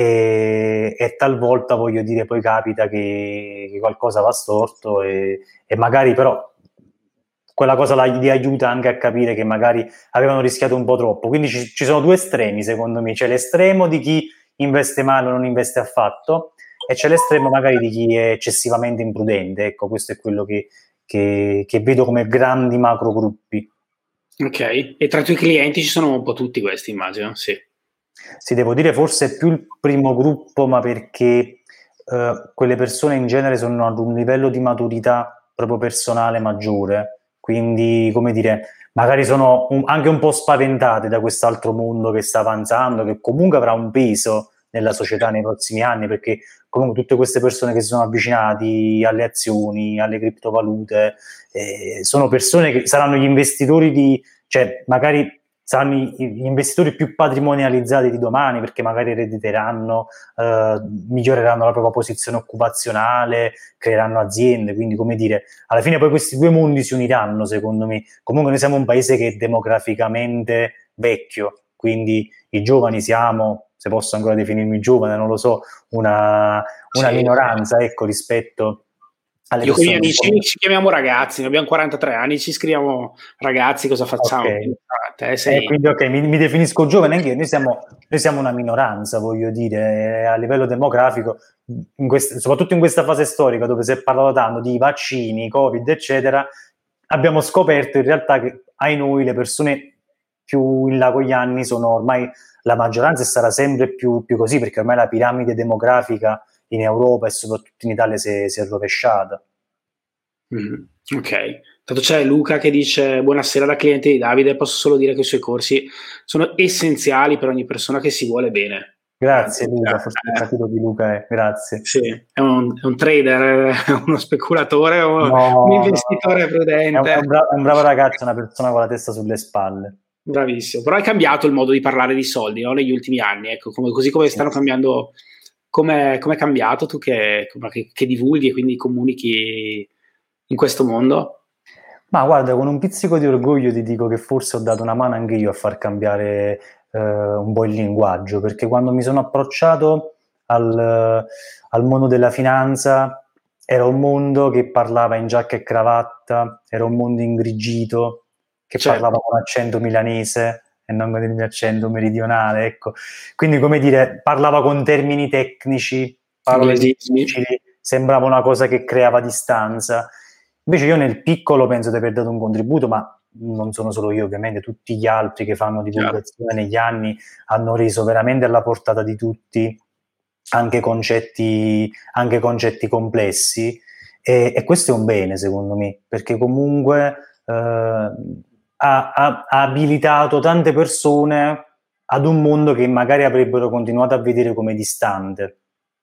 e, e talvolta, voglio dire, poi capita che, che qualcosa va storto e, e magari però quella cosa la, li aiuta anche a capire che magari avevano rischiato un po' troppo. Quindi ci, ci sono due estremi, secondo me. C'è l'estremo di chi investe male o non investe affatto, e c'è l'estremo magari di chi è eccessivamente imprudente. Ecco, questo è quello che Che, che vedo come grandi macro gruppi. Ok, e tra i tuoi clienti ci sono un po' tutti questi, immagino, sì. Sì, devo dire forse più il primo gruppo, ma perché eh, quelle persone in genere sono ad un livello di maturità proprio personale maggiore, quindi, come dire, magari sono un, anche un po' spaventate da quest'altro mondo che sta avanzando, che comunque avrà un peso nella società nei prossimi anni, perché comunque tutte queste persone che si sono avvicinati alle azioni, alle criptovalute, eh, sono persone che saranno gli investitori di, cioè magari saranno gli investitori più patrimonializzati di domani, perché magari erediteranno, eh, miglioreranno la propria posizione occupazionale, creeranno aziende, quindi, come dire, alla fine poi questi due mondi si uniranno, secondo me. Comunque noi siamo un paese che è demograficamente vecchio, quindi i giovani siamo se posso ancora definirmi giovane, non lo so, una, una Sì. minoranza, ecco, rispetto alle Io con i miei persone. amici ci chiamiamo ragazzi, noi abbiamo quarantatré anni, ci scriviamo ragazzi, cosa facciamo? Ok, Ah, te sei... eh, quindi ok, mi, mi definisco giovane anche io, noi siamo, noi siamo una minoranza, voglio dire, a livello demografico, in quest- soprattutto in questa fase storica dove si è parlato tanto di vaccini, Covid, eccetera, abbiamo scoperto in realtà che ai noi le persone più in là con gli anni sono ormai la maggioranza e sarà sempre più, più così, perché ormai la piramide demografica in Europa e soprattutto in Italia si è, si è rovesciata. Mm, ok, tanto c'è Luca che dice buonasera da cliente di Davide, posso solo dire che i suoi corsi sono essenziali per ogni persona che si vuole bene. Grazie Grazie. Luca, forse ho Eh, capito chi Luca è, grazie. sì, è un, è un trader, è uno speculatore o No, un no, no, investitore no. È un, è prudente. un bra- è un bravo ragazzo, una persona con la testa sulle spalle. Bravissimo, però è cambiato il modo di parlare di soldi, no? Negli ultimi anni, ecco, come, così come Sì. stanno cambiando, come è cambiato tu che, che, che divulghi e quindi comunichi in questo mondo? Ma guarda, con un pizzico di orgoglio ti dico che forse ho dato una mano anche io a far cambiare eh, un po' il linguaggio, perché quando mi sono approcciato al, al mondo della finanza era un mondo che parlava in giacca e cravatta, era un mondo ingrigito, che Certo. parlava con accento milanese e non con il mio accento meridionale, ecco. Quindi, come dire, parlava con termini tecnici, parole Inglesismi. difficili, sembrava una cosa che creava distanza. Invece io nel piccolo penso di aver dato un contributo, ma non sono solo io, ovviamente tutti gli altri che fanno divulgazione negli anni hanno reso veramente alla portata di tutti anche concetti, anche concetti complessi, e, e questo è un bene secondo me, perché comunque eh, ha, ha, ha abilitato tante persone ad un mondo che magari avrebbero continuato a vedere come distante.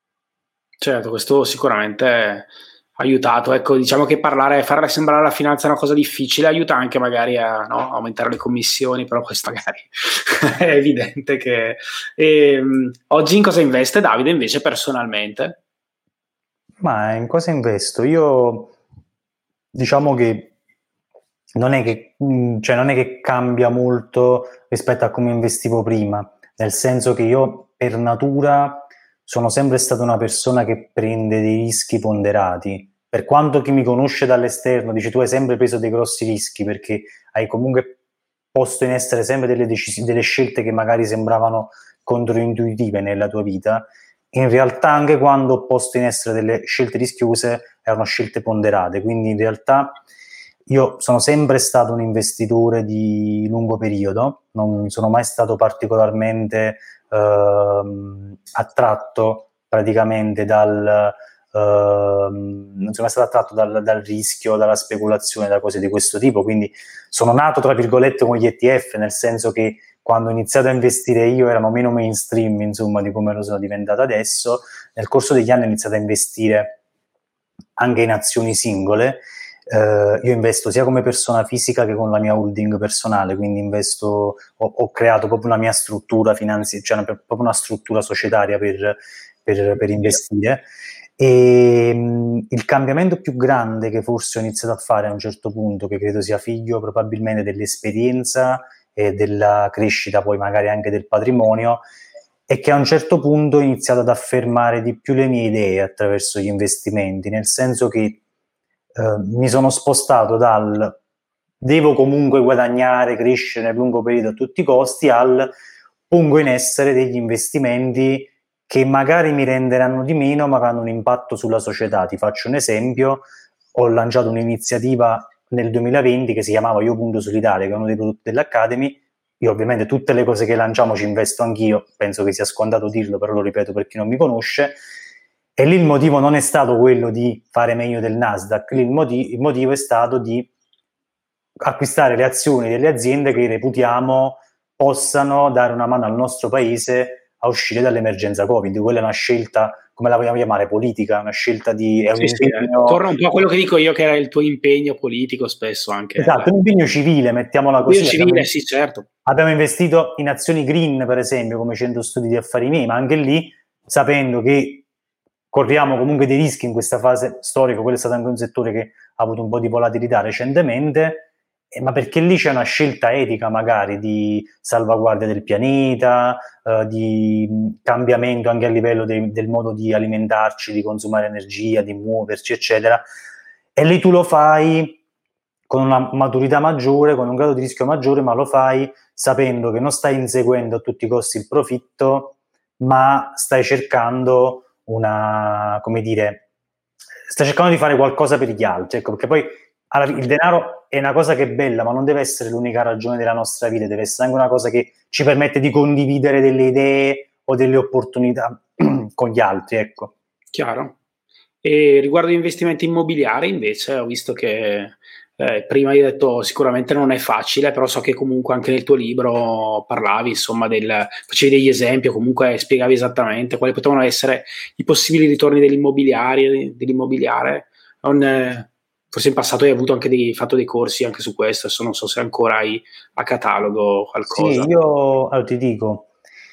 Certo, questo sicuramente ha aiutato. Ecco, diciamo che parlare, fare sembrare la finanza una cosa difficile aiuta anche magari a no, aumentare le commissioni, però questo magari è evidente che... E, um, oggi in cosa investe Davide invece personalmente? Ma in cosa investo? Io diciamo che non è che, cioè non è che cambia molto rispetto a come investivo prima, nel senso che io per natura sono sempre stata una persona che prende dei rischi ponderati. Per quanto chi mi conosce dall'esterno dice tu hai sempre preso dei grossi rischi perché hai comunque posto in essere sempre delle, decisi- delle scelte che magari sembravano controintuitive nella tua vita, in realtà anche quando ho posto in essere delle scelte rischiose erano scelte ponderate, quindi in realtà io sono sempre stato un investitore di lungo periodo, non sono mai stato particolarmente ehm, attratto praticamente dal ehm, non sono mai stato attratto dal, dal rischio, dalla speculazione, da cose di questo tipo, quindi sono nato tra virgolette con gli E T F, nel senso che quando ho iniziato a investire io erano meno mainstream, insomma, di come lo sono diventato adesso. Nel corso degli anni ho iniziato a investire anche in azioni singole. Uh, io investo sia come persona fisica che con la mia holding personale, quindi investo, ho, ho creato proprio una mia struttura finanziaria, cioè una, proprio una struttura societaria per, per, per investire. E mh, il cambiamento più grande che forse ho iniziato a fare a un certo punto, che credo sia figlio probabilmente dell'esperienza e della crescita poi magari anche del patrimonio, è che a un certo punto ho iniziato ad affermare di più le mie idee attraverso gli investimenti, nel senso che Uh, mi sono spostato dal devo comunque guadagnare, crescere nel lungo periodo a tutti i costi al pongo in essere degli investimenti che magari mi renderanno di meno ma che hanno un impatto sulla società. Ti faccio un esempio: ho lanciato un'iniziativa nel duemilaventi che si chiamava Io Punto Solitario, che è uno dei prodotti dell'Academy. Io ovviamente tutte le cose che lanciamo ci investo anch'io, penso che sia scontato dirlo, però lo ripeto per chi non mi conosce. E lì il motivo non è stato quello di fare meglio del Nasdaq, lì il, motiv- il motivo è stato di acquistare le azioni delle aziende che reputiamo possano dare una mano al nostro paese a uscire dall'emergenza Covid. Quella è una scelta, come la vogliamo chiamare, politica, una scelta di... È un sì, sì, eh. Torna un po' a quello che dico io, che era il tuo impegno politico spesso anche. Esatto, un impegno civile, mettiamola così. Impegno civile, abbiamo, sì, certo. Abbiamo investito in azioni green, per esempio, come Centro Studi di Affari miei, ma anche lì, sapendo che corriamo comunque dei rischi in questa fase storica, quello è stato anche un settore che ha avuto un po' di volatilità recentemente, eh, ma perché lì c'è una scelta etica magari di salvaguardia del pianeta, eh, di cambiamento anche a livello de- del modo di alimentarci, di consumare energia, di muoverci, eccetera. E lì tu lo fai con una maturità maggiore, con un grado di rischio maggiore, ma lo fai sapendo che non stai inseguendo a tutti i costi il profitto, ma stai cercando una, come dire, stai cercando di fare qualcosa per gli altri, ecco, perché poi alla, il denaro è una cosa che è bella, ma non deve essere l'unica ragione della nostra vita, deve essere anche una cosa che ci permette di condividere delle idee o delle opportunità con gli altri, ecco. Chiaro. E riguardo gli investimenti immobiliari, invece, ho visto che eh, prima hai detto sicuramente non è facile, però so che comunque anche nel tuo libro parlavi, insomma, del, facevi degli esempi o comunque spiegavi esattamente quali potevano essere i possibili ritorni dell'immobiliare, dell'immobiliare. Non, eh, forse in passato hai avuto anche dei, fatto dei corsi anche su questo, adesso non so se ancora hai a catalogo Sì, qualcosa. io allora, ti dico,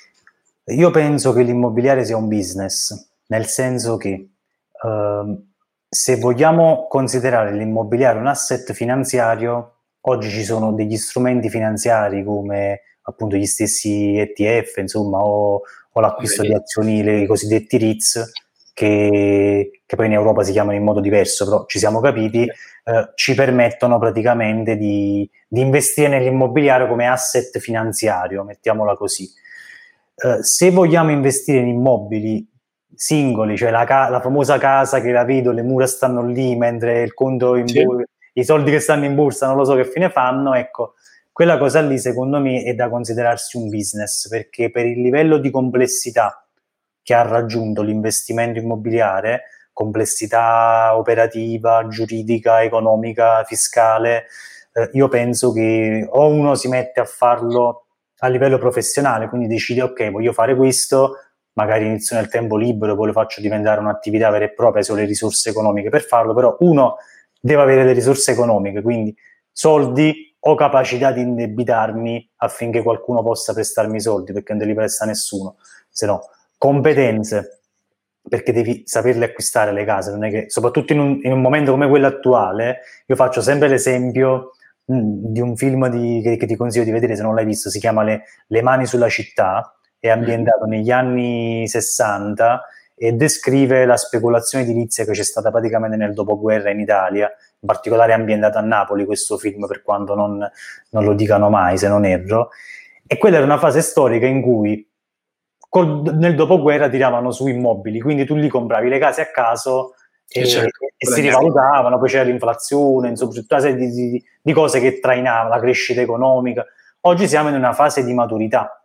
io penso che l'immobiliare sia un business, nel senso che ehm, se vogliamo considerare l'immobiliare un asset finanziario, oggi ci sono degli strumenti finanziari come appunto gli stessi E T F, insomma, o, o l'acquisto di azioni, le- i cosiddetti R I Ts, che, che poi in Europa si chiamano in modo diverso, però ci siamo capiti, eh, ci permettono praticamente di, di investire nell'immobiliare come asset finanziario, mettiamola così. Eh, se vogliamo investire in immobili singoli, cioè la, ca- la famosa casa che la vedo, le mura stanno lì mentre il conto in Sì. borsa, i soldi che stanno in borsa non lo so che fine fanno, ecco, quella cosa lì secondo me è da considerarsi un business, perché per il livello di complessità che ha raggiunto l'investimento immobiliare, complessità operativa, giuridica, economica, fiscale, eh, io penso che o uno si mette a farlo a livello professionale, quindi decide ok, voglio fare questo, magari inizio nel tempo libero, poi lo faccio diventare un'attività vera e propria se ho le risorse economiche per farlo, però uno deve avere le risorse economiche, quindi soldi o capacità di indebitarmi affinché qualcuno possa prestarmi i soldi, perché non te li presta nessuno, se no competenze, perché devi saperle acquistare le case, non è che, soprattutto in un, in un momento come quello attuale, io faccio sempre l'esempio mh, di un film di, che, che ti consiglio di vedere se non l'hai visto, si chiama Le, Le mani sulla città, è ambientato negli anni sessanta e descrive la speculazione edilizia che c'è stata praticamente nel dopoguerra in Italia, in particolare è ambientato a Napoli questo film, per quanto non, non lo dicano mai, se non erro, e quella era una fase storica in cui col, nel dopoguerra tiravano su immobili, quindi tu lì compravi le case a caso e, Certo, e si rivalutavano, poi c'era l'inflazione, insomma, tutta una serie di, di, di cose che trainavano la crescita economica. Oggi siamo in una fase di maturità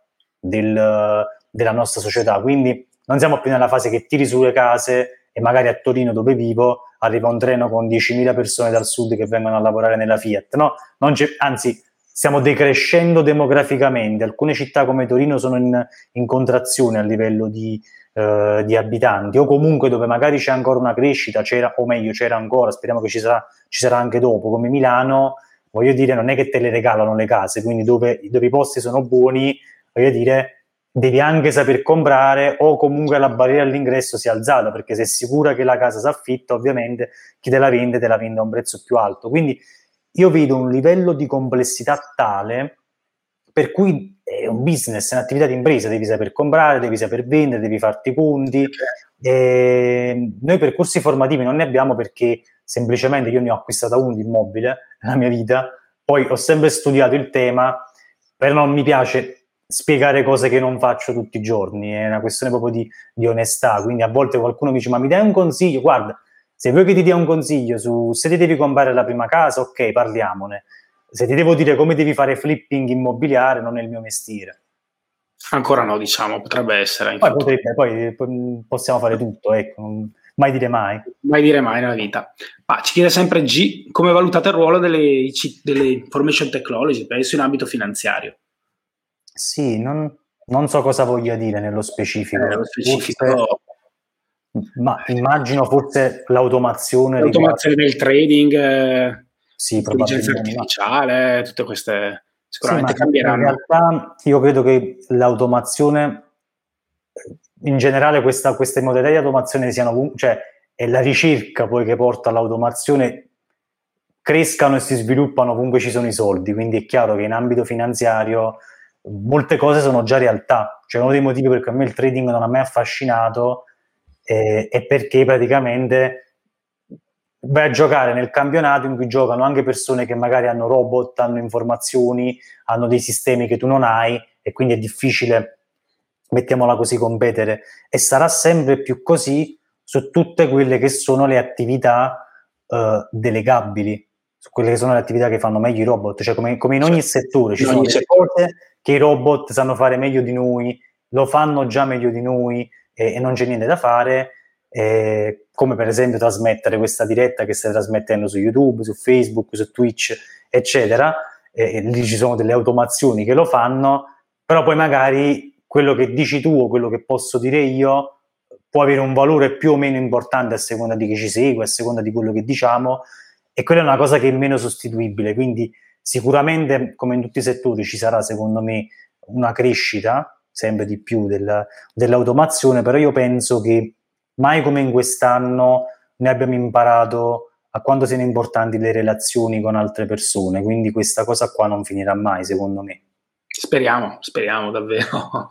del, della nostra società, quindi non siamo più nella fase che tiri sulle case e magari a Torino, dove vivo, arriva un treno con diecimila persone dal sud che vengono a lavorare nella Fiat, no? Non c'è, anzi, stiamo decrescendo demograficamente. Alcune città come Torino sono in, in contrazione a livello di, eh, di abitanti, o comunque dove magari c'è ancora una crescita, c'era, o meglio c'era ancora, speriamo che ci sarà, ci sarà anche dopo, come Milano, voglio dire, non è che te le regalano le case, quindi dove, dove i posti sono buoni, voglio dire, devi anche saper comprare o comunque la barriera all'ingresso sia alzata, perché se è sicura che la casa si affitta, ovviamente chi te la vende te la vende a un prezzo più alto. Quindi io vedo un livello di complessità tale per cui è un business, è un'attività di impresa, devi saper comprare, devi saper vendere, devi farti i punti. E noi percorsi formativi non ne abbiamo perché semplicemente io ne ho acquistato uno di immobile nella mia vita, poi ho sempre studiato il tema, però non mi piace spiegare cose che non faccio tutti i giorni, è una questione proprio di, di onestà, quindi a volte qualcuno mi dice ma mi dai un consiglio? Guarda, se vuoi che ti dia un consiglio su se ti devi comprare la prima casa, ok, parliamone. Se ti devo dire come devi fare flipping immobiliare, non è il mio mestiere. ancora no, diciamo, potrebbe essere in Poi, futuro. potrebbe, poi, poi possiamo fare tutto, ecco, non mai dire mai. Mai dire mai nella vita. Ma ci chiede sempre G come valutate il ruolo delle, delle information technology, penso in ambito finanziario. Sì, non, non so cosa voglia dire nello Eh, nello specifico. Forse, specifico, ma immagino forse l'automazione l'automazione riguardo. del trading, eh, Sì, l'intelligenza probabilmente. Ma artificiale, tutte queste sì, sicuramente ma in cambieranno. realtà io credo che l'automazione, in generale questa, queste modalità di automazione siano, cioè è la ricerca poi che porta all'automazione, crescano e si sviluppano ovunque ci sono i soldi, quindi è chiaro che in ambito finanziario molte cose sono già realtà. Cioè uno dei motivi per cui a me il trading non ha mai affascinato eh, è perché praticamente vai a giocare nel campionato in cui giocano anche persone che magari hanno robot, hanno informazioni, hanno dei sistemi che tu non hai, e quindi è difficile, mettiamola così, competere, e sarà sempre più così su tutte quelle che sono le attività uh, delegabili, su quelle che sono le attività che fanno meglio i robot, cioè come, come in ogni settore ci sono delle cose che i robot sanno fare meglio di noi, lo fanno già meglio di noi e, e non c'è niente da fare, eh, come per esempio trasmettere questa diretta che stai trasmettendo su YouTube, su Facebook, su Twitch, eccetera, e, e lì ci sono delle automazioni che lo fanno, però poi magari quello che dici tu o quello che posso dire io può avere un valore più o meno importante a seconda di chi ci segue, a seconda di quello che diciamo, e quella è una cosa che è meno sostituibile, quindi sicuramente come in tutti i settori ci sarà secondo me una crescita sempre di più del, dell'automazione, però io penso che mai come in quest'anno ne abbiamo imparato a quanto siano importanti le relazioni con altre persone, quindi questa cosa qua non finirà mai secondo me. Speriamo, speriamo davvero.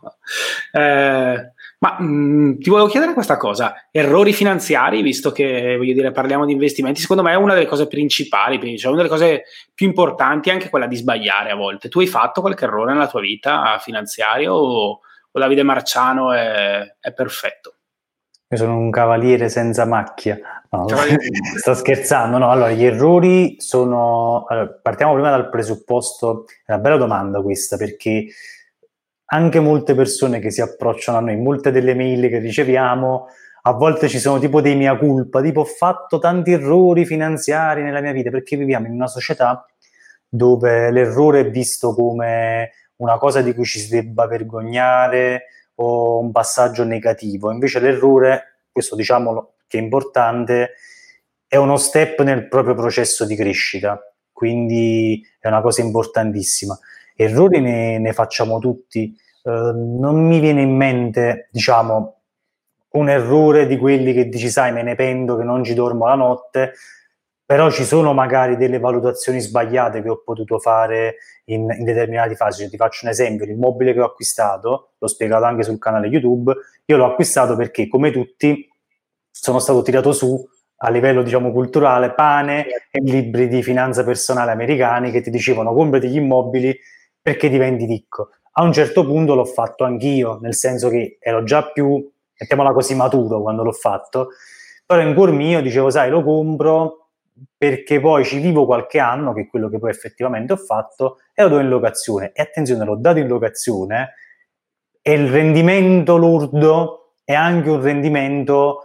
eh, ma mh, ti volevo chiedere questa cosa, errori finanziari, visto che voglio dire parliamo di investimenti, secondo me è una delle cose principali, cioè una delle cose più importanti è anche quella di sbagliare a volte. Tu hai fatto qualche errore nella tua vita finanziaria o, o Davide Marciano è, è perfetto? Io sono un cavaliere senza macchia. No, sto scherzando. No, allora, gli errori sono... Allora, partiamo prima dal presupposto... È una bella domanda questa, perché anche molte persone che si approcciano a noi, molte delle mail che riceviamo, a volte ci sono tipo dei mea culpa, tipo ho fatto tanti errori finanziari nella mia vita, perché viviamo in una società dove l'errore è visto come una cosa di cui ci si debba vergognare, o un passaggio negativo. Invece l'errore, questo diciamolo che è importante, è uno step nel proprio processo di crescita, quindi è una cosa importantissima. Errori ne, ne facciamo tutti, uh, non mi viene in mente, diciamo, un errore di quelli che dici, sai, me ne pento che non ci dormo la notte, però ci sono magari delle valutazioni sbagliate che ho potuto fare in, in determinate fasi. Cioè, ti faccio un esempio: l'immobile che ho acquistato, l'ho spiegato anche sul canale YouTube, io l'ho acquistato perché, come tutti, sono stato tirato su a livello, diciamo, culturale, pane e libri di finanza personale americani che ti dicevano comprati gli immobili perché diventi ricco. A un certo punto l'ho fatto anch'io, nel senso che ero già più, mettiamola così, maturo quando l'ho fatto, però in cuor mio dicevo, sai, lo compro perché poi ci vivo qualche anno, che è quello che poi effettivamente ho fatto, e lo do in locazione. E attenzione, l'ho dato in locazione e il rendimento lordo è anche un rendimento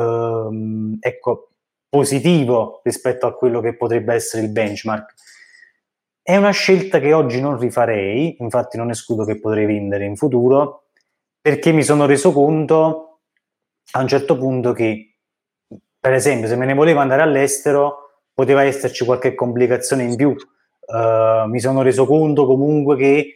ehm, ecco, positivo rispetto a quello che potrebbe essere il benchmark. È una scelta che oggi non rifarei, infatti non escludo che potrei vendere in futuro, perché mi sono reso conto a un certo punto che, per esempio, se me ne volevo andare all'estero poteva esserci qualche complicazione in più. Uh, mi sono reso conto comunque che,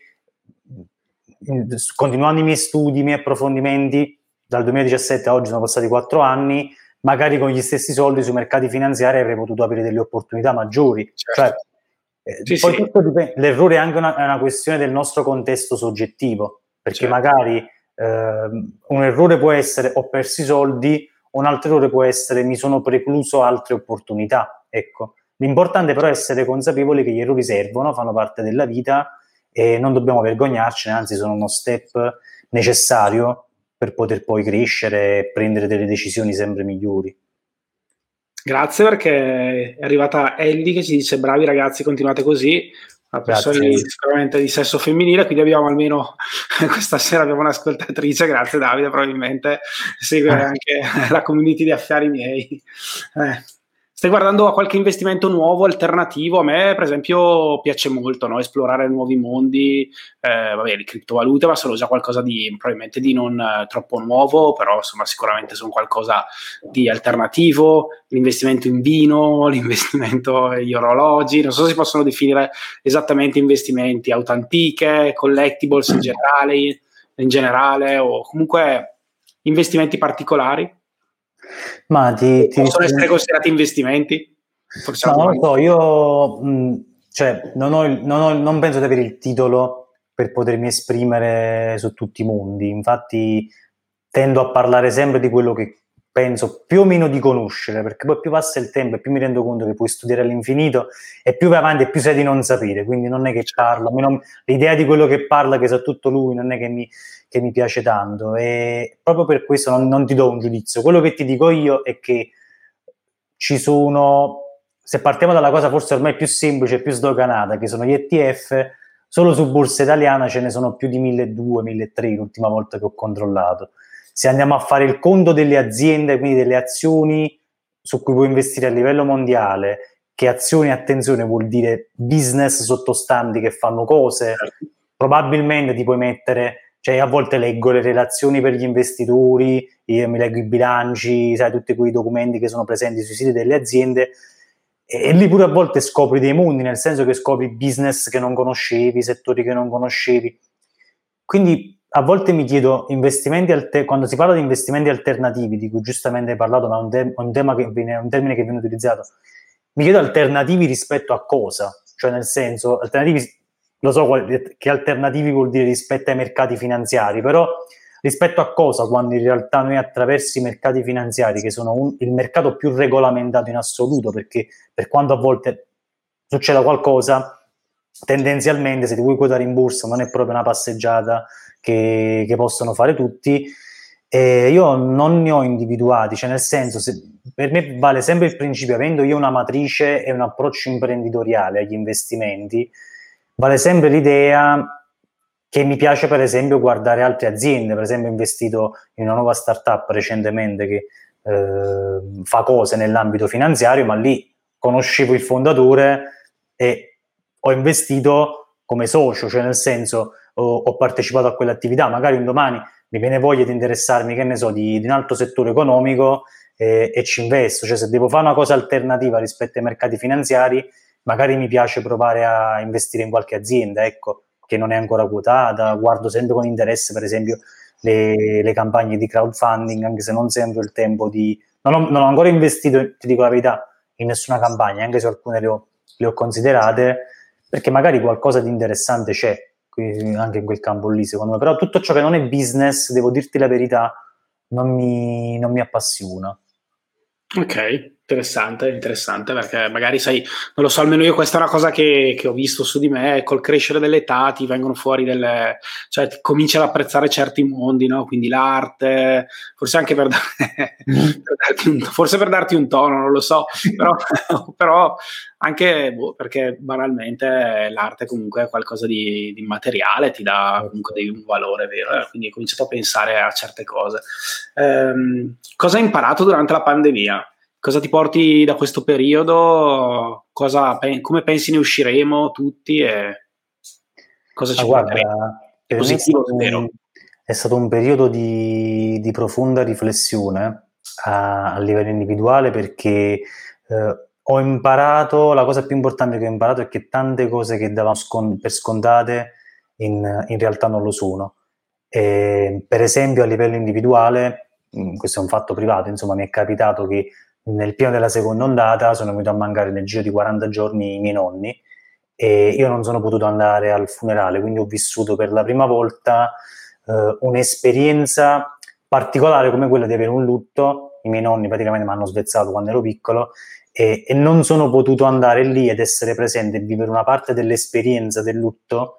continuando i miei studi, i miei approfondimenti, dal duemiladiciassette a oggi sono passati quattro anni, magari con gli stessi soldi sui mercati finanziari avrei potuto avere delle opportunità maggiori. Certo. Cioè, eh, sì, poi sì. Tutto dipende, l'errore è anche una, è una questione del nostro contesto soggettivo, perché certo. magari eh, un errore può essere ho perso i soldi, un altro errore può essere mi sono precluso altre opportunità. Ecco. L'importante però è essere consapevoli che gli errori servono, fanno parte della vita e non dobbiamo vergognarcene, anzi sono uno step necessario per poter poi crescere e prendere delle decisioni sempre migliori. Grazie, perché è arrivata Ellie che ci dice bravi ragazzi, continuate così, una persona di, sicuramente di sesso femminile, quindi abbiamo almeno questa sera abbiamo un'ascoltatrice, grazie Davide, probabilmente segue anche la community di affari miei. Eh. Stai guardando a qualche investimento nuovo, alternativo? A me, per esempio, piace molto, no? Esplorare nuovi mondi, eh, vabbè, le criptovalute, ma sono già qualcosa di probabilmente di non eh, troppo nuovo, però insomma sicuramente sono qualcosa di alternativo. L'investimento in vino, l'investimento in orologi, non so se si possono definire esattamente investimenti, auto antiche, collectibles in generale, in generale o comunque investimenti particolari. Ma ti, ti possono essere considerati investimenti? Forse No, la non lo domanda. so, io mh, cioè, non, ho il- non, ho- non penso di avere il titolo per potermi esprimere su tutti i mondi, infatti tendo a parlare sempre di quello che penso più o meno di conoscere, perché poi più passa il tempo e più mi rendo conto che puoi studiare all'infinito e più vai avanti e più sai di non sapere, quindi non è che parlo, a me non- l'idea di quello che parla, che sa tutto lui, non è che mi, che mi piace tanto e proprio per questo non, non ti do un giudizio. Quello che ti dico io è che ci sono, se partiamo dalla cosa forse ormai più semplice e più sdoganata, che sono gli E T F, solo su borsa italiana ce ne sono più di milleduecento milletrecento l'ultima volta che ho controllato. Se andiamo a fare il conto delle aziende, quindi delle azioni su cui puoi investire a livello mondiale, che azioni, attenzione, vuol dire business sottostanti che fanno cose, Certo. probabilmente ti puoi mettere, cioè a volte leggo le relazioni per gli investitori, io mi leggo i bilanci, sai, tutti quei documenti che sono presenti sui siti delle aziende e, e lì pure a volte scopri dei mondi, nel senso che scopri business che non conoscevi, settori che non conoscevi. Quindi a volte mi chiedo, investimenti alter- quando si parla di investimenti alternativi, di cui giustamente hai parlato, ma è un, te- un tema che viene, un termine che viene utilizzato, mi chiedo alternativi rispetto a cosa? Cioè nel senso, alternativi, lo so qual- che alternativi vuol dire rispetto ai mercati finanziari, però rispetto a cosa quando in realtà noi attraverso i mercati finanziari, che sono un, il mercato più regolamentato in assoluto, perché per quanto a volte succeda qualcosa, tendenzialmente se ti vuoi quotare in borsa non è proprio una passeggiata che, che possono fare tutti. E io non ne ho individuati, cioè nel senso, se, per me vale sempre il principio, avendo io una matrice e un approccio imprenditoriale agli investimenti, vale sempre l'idea che mi piace per esempio guardare altre aziende, per esempio ho investito in una nuova startup recentemente che eh, fa cose nell'ambito finanziario, ma lì conoscevo il fondatore e ho investito come socio, cioè nel senso ho, ho partecipato a quell'attività, magari un domani mi viene voglia di interessarmi, che ne so, di, di un altro settore economico eh, e ci investo, cioè se devo fare una cosa alternativa rispetto ai mercati finanziari, magari mi piace provare a investire in qualche azienda, ecco, che non è ancora quotata, guardo sempre con interesse per esempio le, le campagne di crowdfunding, anche se non sempre ho il tempo di... Non ho, non ho ancora investito, ti dico la verità, in nessuna campagna, anche se alcune le ho, le ho considerate, perché magari qualcosa di interessante c'è anche in quel campo lì, secondo me. Però tutto ciò che non è business, devo dirti la verità, non mi, non mi appassiona. Ok, interessante, interessante, perché magari sai, non lo so, almeno io questa è una cosa che, che ho visto su di me, col crescere dell'età ti vengono fuori delle, cioè ti cominci ad apprezzare certi mondi, no? Quindi l'arte, forse anche per, dare- per darti un, forse per darti un tono, non lo so, però, però anche boh, perché banalmente l'arte comunque è qualcosa di, di immateriale, ti dà comunque dei- un valore vero, eh? Quindi ho cominciato a pensare a certe cose. Ehm, cosa hai imparato durante la pandemia? Cosa ti porti da questo periodo? Cosa, come pensi ne usciremo tutti e cosa Ah, ci porteremo? guarda, Di per me è positivo, stato un, spero. è stato un periodo di, di profonda riflessione a, a livello individuale perché eh, ho imparato, la cosa più importante che ho imparato è che tante cose che davamo scon- per scontate in, in realtà non lo sono. E, per esempio a livello individuale, mh, questo è un fatto privato, insomma mi è capitato che nel pieno della seconda ondata sono venuto a mancare nel giro di quaranta giorni i miei nonni e io non sono potuto andare al funerale, quindi ho vissuto per la prima volta eh, un'esperienza particolare come quella di avere un lutto. I miei nonni praticamente mi hanno svezzato quando ero piccolo e, e non sono potuto andare lì ed essere presente e vivere una parte dell'esperienza del lutto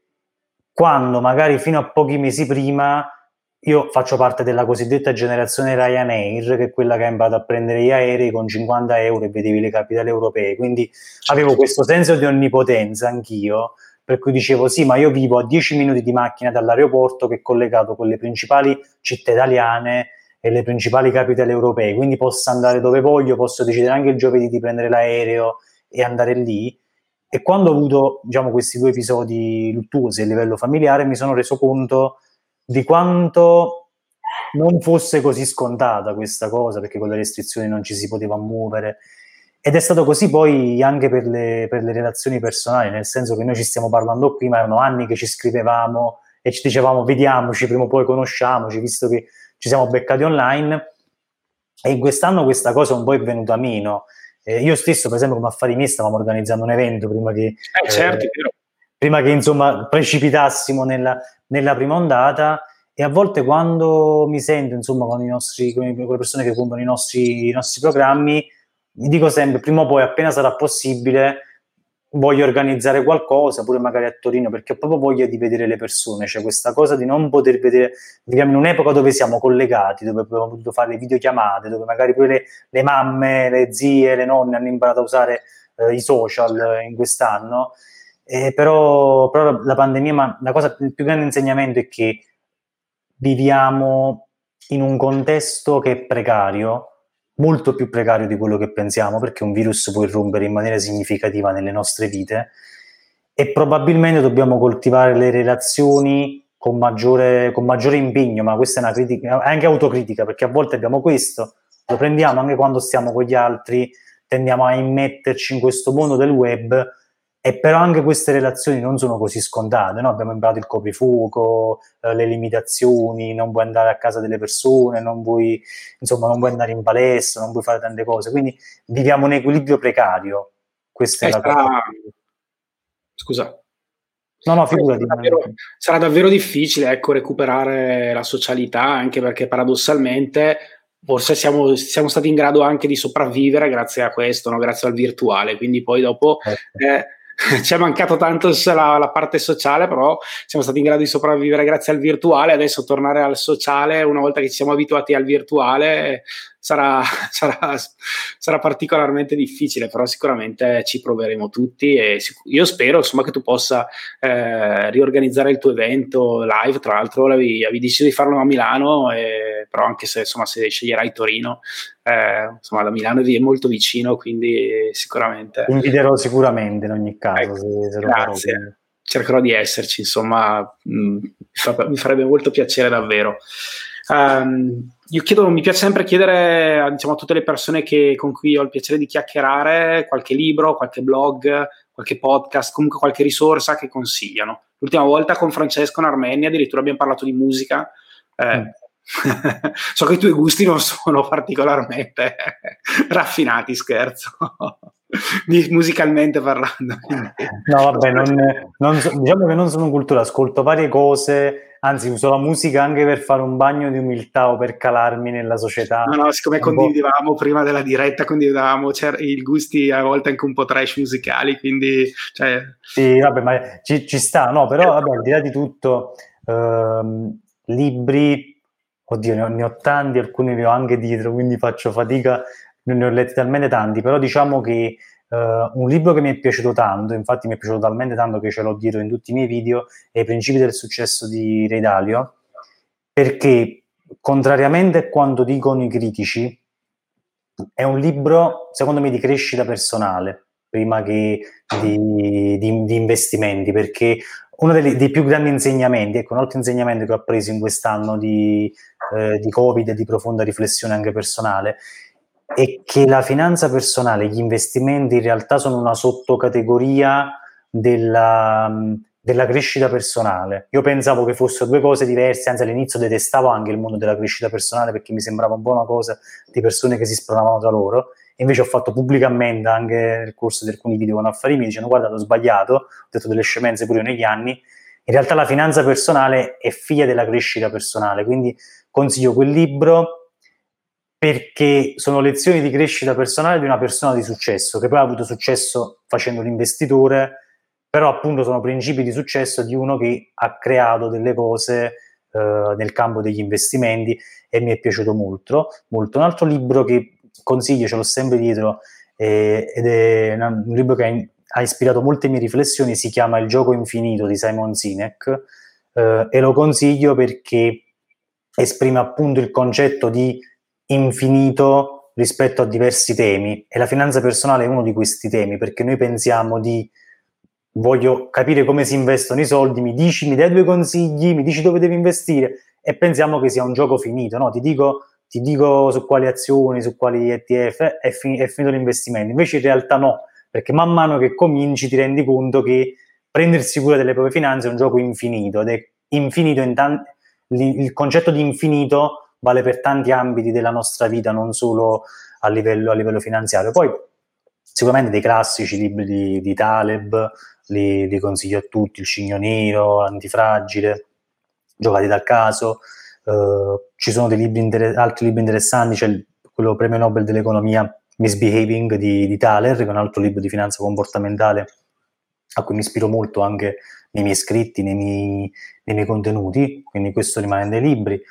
quando magari fino a pochi mesi prima io faccio parte della cosiddetta generazione Ryanair, che è quella che ha imparato a prendere gli aerei con cinquanta euro e vedevi le capitali europee, quindi avevo questo senso di onnipotenza anch'io, per cui dicevo sì, ma io vivo a dieci minuti di macchina dall'aeroporto che è collegato con le principali città italiane e le principali capitali europee, quindi posso andare dove voglio, posso decidere anche il giovedì di prendere l'aereo e andare lì. E quando ho avuto, diciamo, questi due episodi luttuosi a livello familiare, mi sono reso conto di quanto non fosse così scontata questa cosa, perché con le restrizioni non ci si poteva muovere. Ed è stato così poi anche per le, per le relazioni personali, nel senso che noi ci stiamo parlando qui, ma erano anni che ci scrivevamo e ci dicevamo vediamoci, prima o poi conosciamoci, visto che ci siamo beccati online. E in quest'anno questa cosa un po' è venuta meno. Eh, io stesso, per esempio, come affari miei, stavamo organizzando un evento prima che, eh, certo, eh, prima che insomma precipitassimo nella, nella prima ondata, e a volte quando mi sento insomma con i nostri, con le persone che comprano i nostri, i nostri programmi, mi dico sempre, prima o poi, appena sarà possibile, voglio organizzare qualcosa, pure magari a Torino, perché ho proprio voglia di vedere le persone. C'è questa cosa di non poter vedere, viviamo in un'epoca dove siamo collegati, dove abbiamo potuto fare le videochiamate, dove magari pure le, le mamme, le zie, le nonne hanno imparato a usare eh, i social in quest'anno, eh, però, però la pandemia, ma la cosa, il più grande insegnamento è che viviamo in un contesto che è precario, molto più precario di quello che pensiamo, perché un virus può irrompere in maniera significativa nelle nostre vite, e probabilmente dobbiamo coltivare le relazioni con maggiore, con maggiore impegno, ma questa è una critica, anche autocritica, perché a volte abbiamo questo, lo prendiamo anche quando stiamo con gli altri, tendiamo a immetterci in questo mondo del web, e però anche queste relazioni non sono così scontate, no? Abbiamo imparato il coprifuoco, eh, le limitazioni, non puoi andare a casa delle persone, non vuoi, insomma, non puoi andare in palestra, non puoi fare tante cose, quindi viviamo un equilibrio precario. Questa eh, è la sarà... cosa. Scusa. No, no, figurati. Sarà davvero, sarà davvero difficile, ecco, recuperare la socialità, anche perché paradossalmente forse siamo, siamo stati in grado anche di sopravvivere grazie a questo, no? Grazie al virtuale, quindi poi dopo eh, ci è mancato tanto la, la parte sociale, però siamo stati in grado di sopravvivere grazie al virtuale. Adesso tornare al sociale, una volta che ci siamo abituati al virtuale, sarà, sarà, sarà particolarmente difficile, però sicuramente ci proveremo tutti, e sic- io spero insomma che tu possa eh, riorganizzare il tuo evento live. Tra l'altro avevi, avevi deciso di farlo a Milano, e, però anche se insomma se sceglierai Torino, eh, insomma da Milano è molto vicino, quindi sicuramente inviterò sicuramente in ogni caso, ecco, se, se lo farò. grazie, Quindi. cercherò di esserci, insomma, mh, mi, fa, mi farebbe molto piacere davvero. Um, io chiedo, mi piace sempre chiedere a, diciamo, a tutte le persone che, con cui ho il piacere di chiacchierare, qualche libro, qualche blog, qualche podcast, comunque qualche risorsa che consigliano. L'ultima volta con Francesco in Armenia addirittura abbiamo parlato di musica. Eh, mm. So che i tuoi gusti non sono particolarmente raffinati, scherzo. Musicalmente parlando. Quindi. No, vabbè, non, non so, diciamo che non sono cultura, ascolto varie cose, anzi uso la musica anche per fare un bagno di umiltà o per calarmi nella società. No, no, siccome condividevamo prima della diretta, condividevamo i gusti a volte anche un po' trash musicali, quindi... Cioè... Sì, vabbè, ma ci, ci sta, no, però vabbè, al di là di tutto, ehm, libri, oddio, ne ho, ne ho tanti, alcuni li ho anche dietro, quindi faccio fatica, ne ho letti talmente tanti, però diciamo che Uh, un libro che mi è piaciuto tanto, infatti mi è piaciuto talmente tanto che ce l'ho dietro in tutti i miei video, è I principi del successo di Ray Dalio, perché contrariamente a quanto dicono i critici, è un libro secondo me di crescita personale prima che di, di, di investimenti, perché uno dei, dei più grandi insegnamenti, ecco, un altro insegnamento che ho appreso in quest'anno di, eh, di Covid e di profonda riflessione anche personale, è che la finanza personale, gli investimenti in realtà sono una sottocategoria della, della crescita personale. Io pensavo che fossero due cose diverse, anzi all'inizio detestavo anche il mondo della crescita personale perché mi sembrava un po' una cosa di persone che si spronavano tra loro, e invece ho fatto pubblicamente anche nel corso di alcuni video con affari miei, dicendo guarda, ho sbagliato, ho detto delle scemenze pure io negli anni, in realtà la finanza personale è figlia della crescita personale, quindi consiglio quel libro perché sono lezioni di crescita personale di una persona di successo, che poi ha avuto successo facendo l'investitore, però appunto sono principi di successo di uno che ha creato delle cose eh, nel campo degli investimenti, e mi è piaciuto molto. molto. Un altro libro che consiglio, ce l'ho sempre dietro, eh, ed è un libro che ha, ha ispirato molte mie riflessioni, si chiama Il gioco infinito di Simon Sinek, eh, e lo consiglio perché esprime appunto il concetto di infinito rispetto a diversi temi, e la finanza personale è uno di questi temi, perché noi pensiamo di voglio capire come si investono i soldi, mi dici, mi dai due consigli, mi dici dove devi investire, e pensiamo che sia un gioco finito, no? Ti dico, ti dico su quali azioni, su quali E T F, è, fin- è finito l'investimento. Invece in realtà no, perché man mano che cominci ti rendi conto che prendersi cura delle proprie finanze è un gioco infinito, ed è infinito in tan- il concetto di infinito vale per tanti ambiti della nostra vita, non solo a livello, a livello finanziario. Poi sicuramente dei classici libri di, di Taleb, li, li consiglio a tutti, Il Cigno Nero, Antifragile, Giocati dal caso. Uh, ci sono dei libri inter- altri libri interessanti, c'è il, quello premio Nobel dell'economia Misbehaving di, di Thaler, che è un altro libro di finanza comportamentale a cui mi ispiro molto anche nei miei scritti, nei miei, nei miei contenuti, quindi questo rimane dei libri.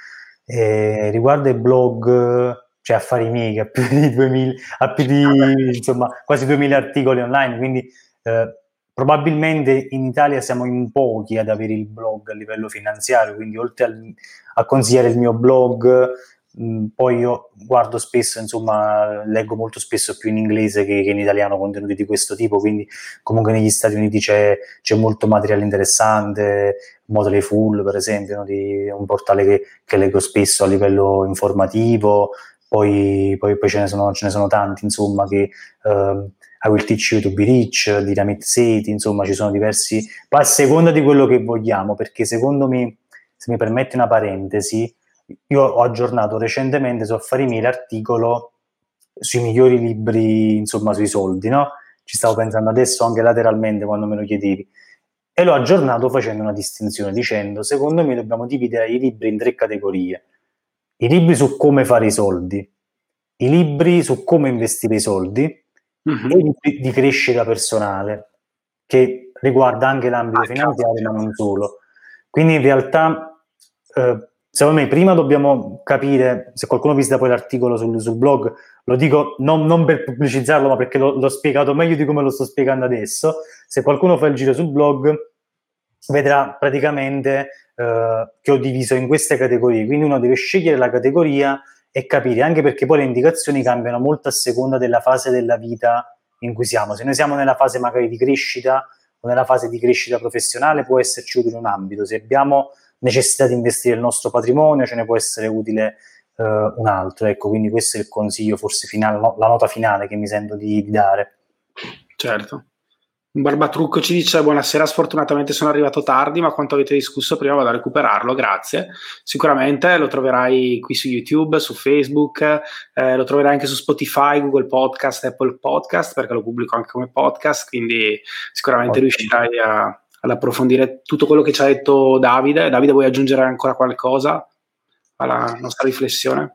E riguardo ai blog, cioè affari miei, che ha più di duemila, ha più di insomma quasi duemila articoli online, quindi eh, probabilmente in Italia siamo in pochi ad avere il blog a livello finanziario, quindi oltre al, a consigliare il mio blog, mh, poi io guardo spesso, insomma, leggo molto spesso più in inglese che, che in italiano contenuti di questo tipo, quindi comunque negli Stati Uniti c'è, c'è molto materiale interessante, Motley Fool per esempio, no, di un portale che, che leggo spesso a livello informativo, poi, poi, poi ce, ne sono, ce ne sono tanti, insomma, che... Uh, I Will Teach You to Be Rich di Ramit Sethi, insomma ci sono diversi, poi a seconda di quello che vogliamo, perché secondo me, se mi permetti una parentesi, io ho aggiornato recentemente su Affari Miei l'articolo sui migliori libri, insomma sui soldi, no? Ci stavo pensando adesso anche lateralmente quando me lo chiedevi, e l'ho aggiornato facendo una distinzione, dicendo secondo me dobbiamo dividere i libri in tre categorie: i libri su come fare i soldi, i libri su come investire i soldi, Mm-hmm. e di, di crescita personale, che riguarda anche l'ambito Ah, finanziario, cazzo. ma non solo. Quindi in realtà, eh, secondo me, prima dobbiamo capire, se qualcuno visita poi l'articolo sul, sul blog, lo dico non, non per pubblicizzarlo, ma perché lo, l'ho spiegato meglio di come lo sto spiegando adesso. Se qualcuno fa il giro sul blog, vedrà praticamente eh, che ho diviso in queste categorie, quindi uno deve scegliere la categoria e capire, anche perché poi le indicazioni cambiano molto a seconda della fase della vita in cui siamo. Se noi siamo nella fase magari di crescita o nella fase di crescita professionale, può esserci utile un ambito; se abbiamo necessità di investire il nostro patrimonio, ce ne può essere utile uh, un altro. Ecco, quindi questo è il consiglio forse finale, no, la nota finale che mi sento di, di dare. Certo. Un Barbatrucco ci dice: buonasera, sfortunatamente sono arrivato tardi, ma quanto avete discusso prima vado a recuperarlo, grazie. Sicuramente lo troverai qui su YouTube, su Facebook, eh, lo troverai anche su Spotify, Google Podcast, Apple Podcast, perché lo pubblico anche come podcast, quindi sicuramente Ottimo. riuscirai a, ad approfondire tutto quello che ci ha detto Davide. Davide, vuoi aggiungere ancora qualcosa alla nostra riflessione?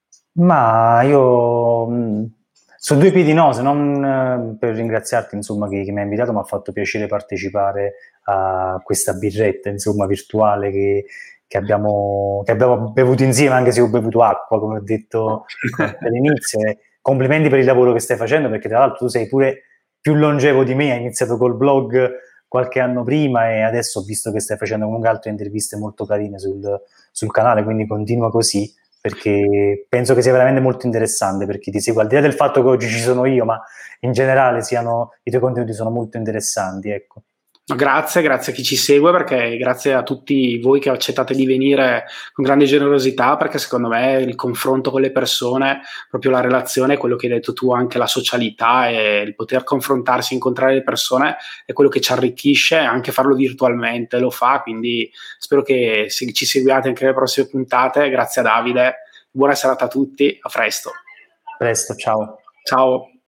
Ma io... Mh... su due piedi no, se non eh, per ringraziarti, insomma, che, che mi hai invitato. Mi ha fatto piacere partecipare a questa birretta, insomma, virtuale che, che, abbiamo, che abbiamo bevuto insieme, anche se ho bevuto acqua, come ho detto all'inizio. E complimenti per il lavoro che stai facendo, perché tra l'altro tu sei pure più longevo di me, hai iniziato col blog qualche anno prima e adesso ho visto che stai facendo comunque altre interviste molto carine sul, sul canale, quindi continua così, perché penso che sia veramente molto interessante per chi ti segue, al di là del fatto che oggi ci sono io, ma in generale siano, i tuoi contenuti sono molto interessanti, ecco. Grazie, grazie a chi ci segue, perché grazie a tutti voi che accettate di venire con grande generosità, perché secondo me il confronto con le persone, proprio la relazione, quello che hai detto tu, anche la socialità e il poter confrontarsi, incontrare le persone è quello che ci arricchisce, anche farlo virtualmente lo fa, quindi spero che ci seguiate anche nelle prossime puntate. Grazie a Davide, buona serata a tutti, a presto. A presto, ciao. Ciao.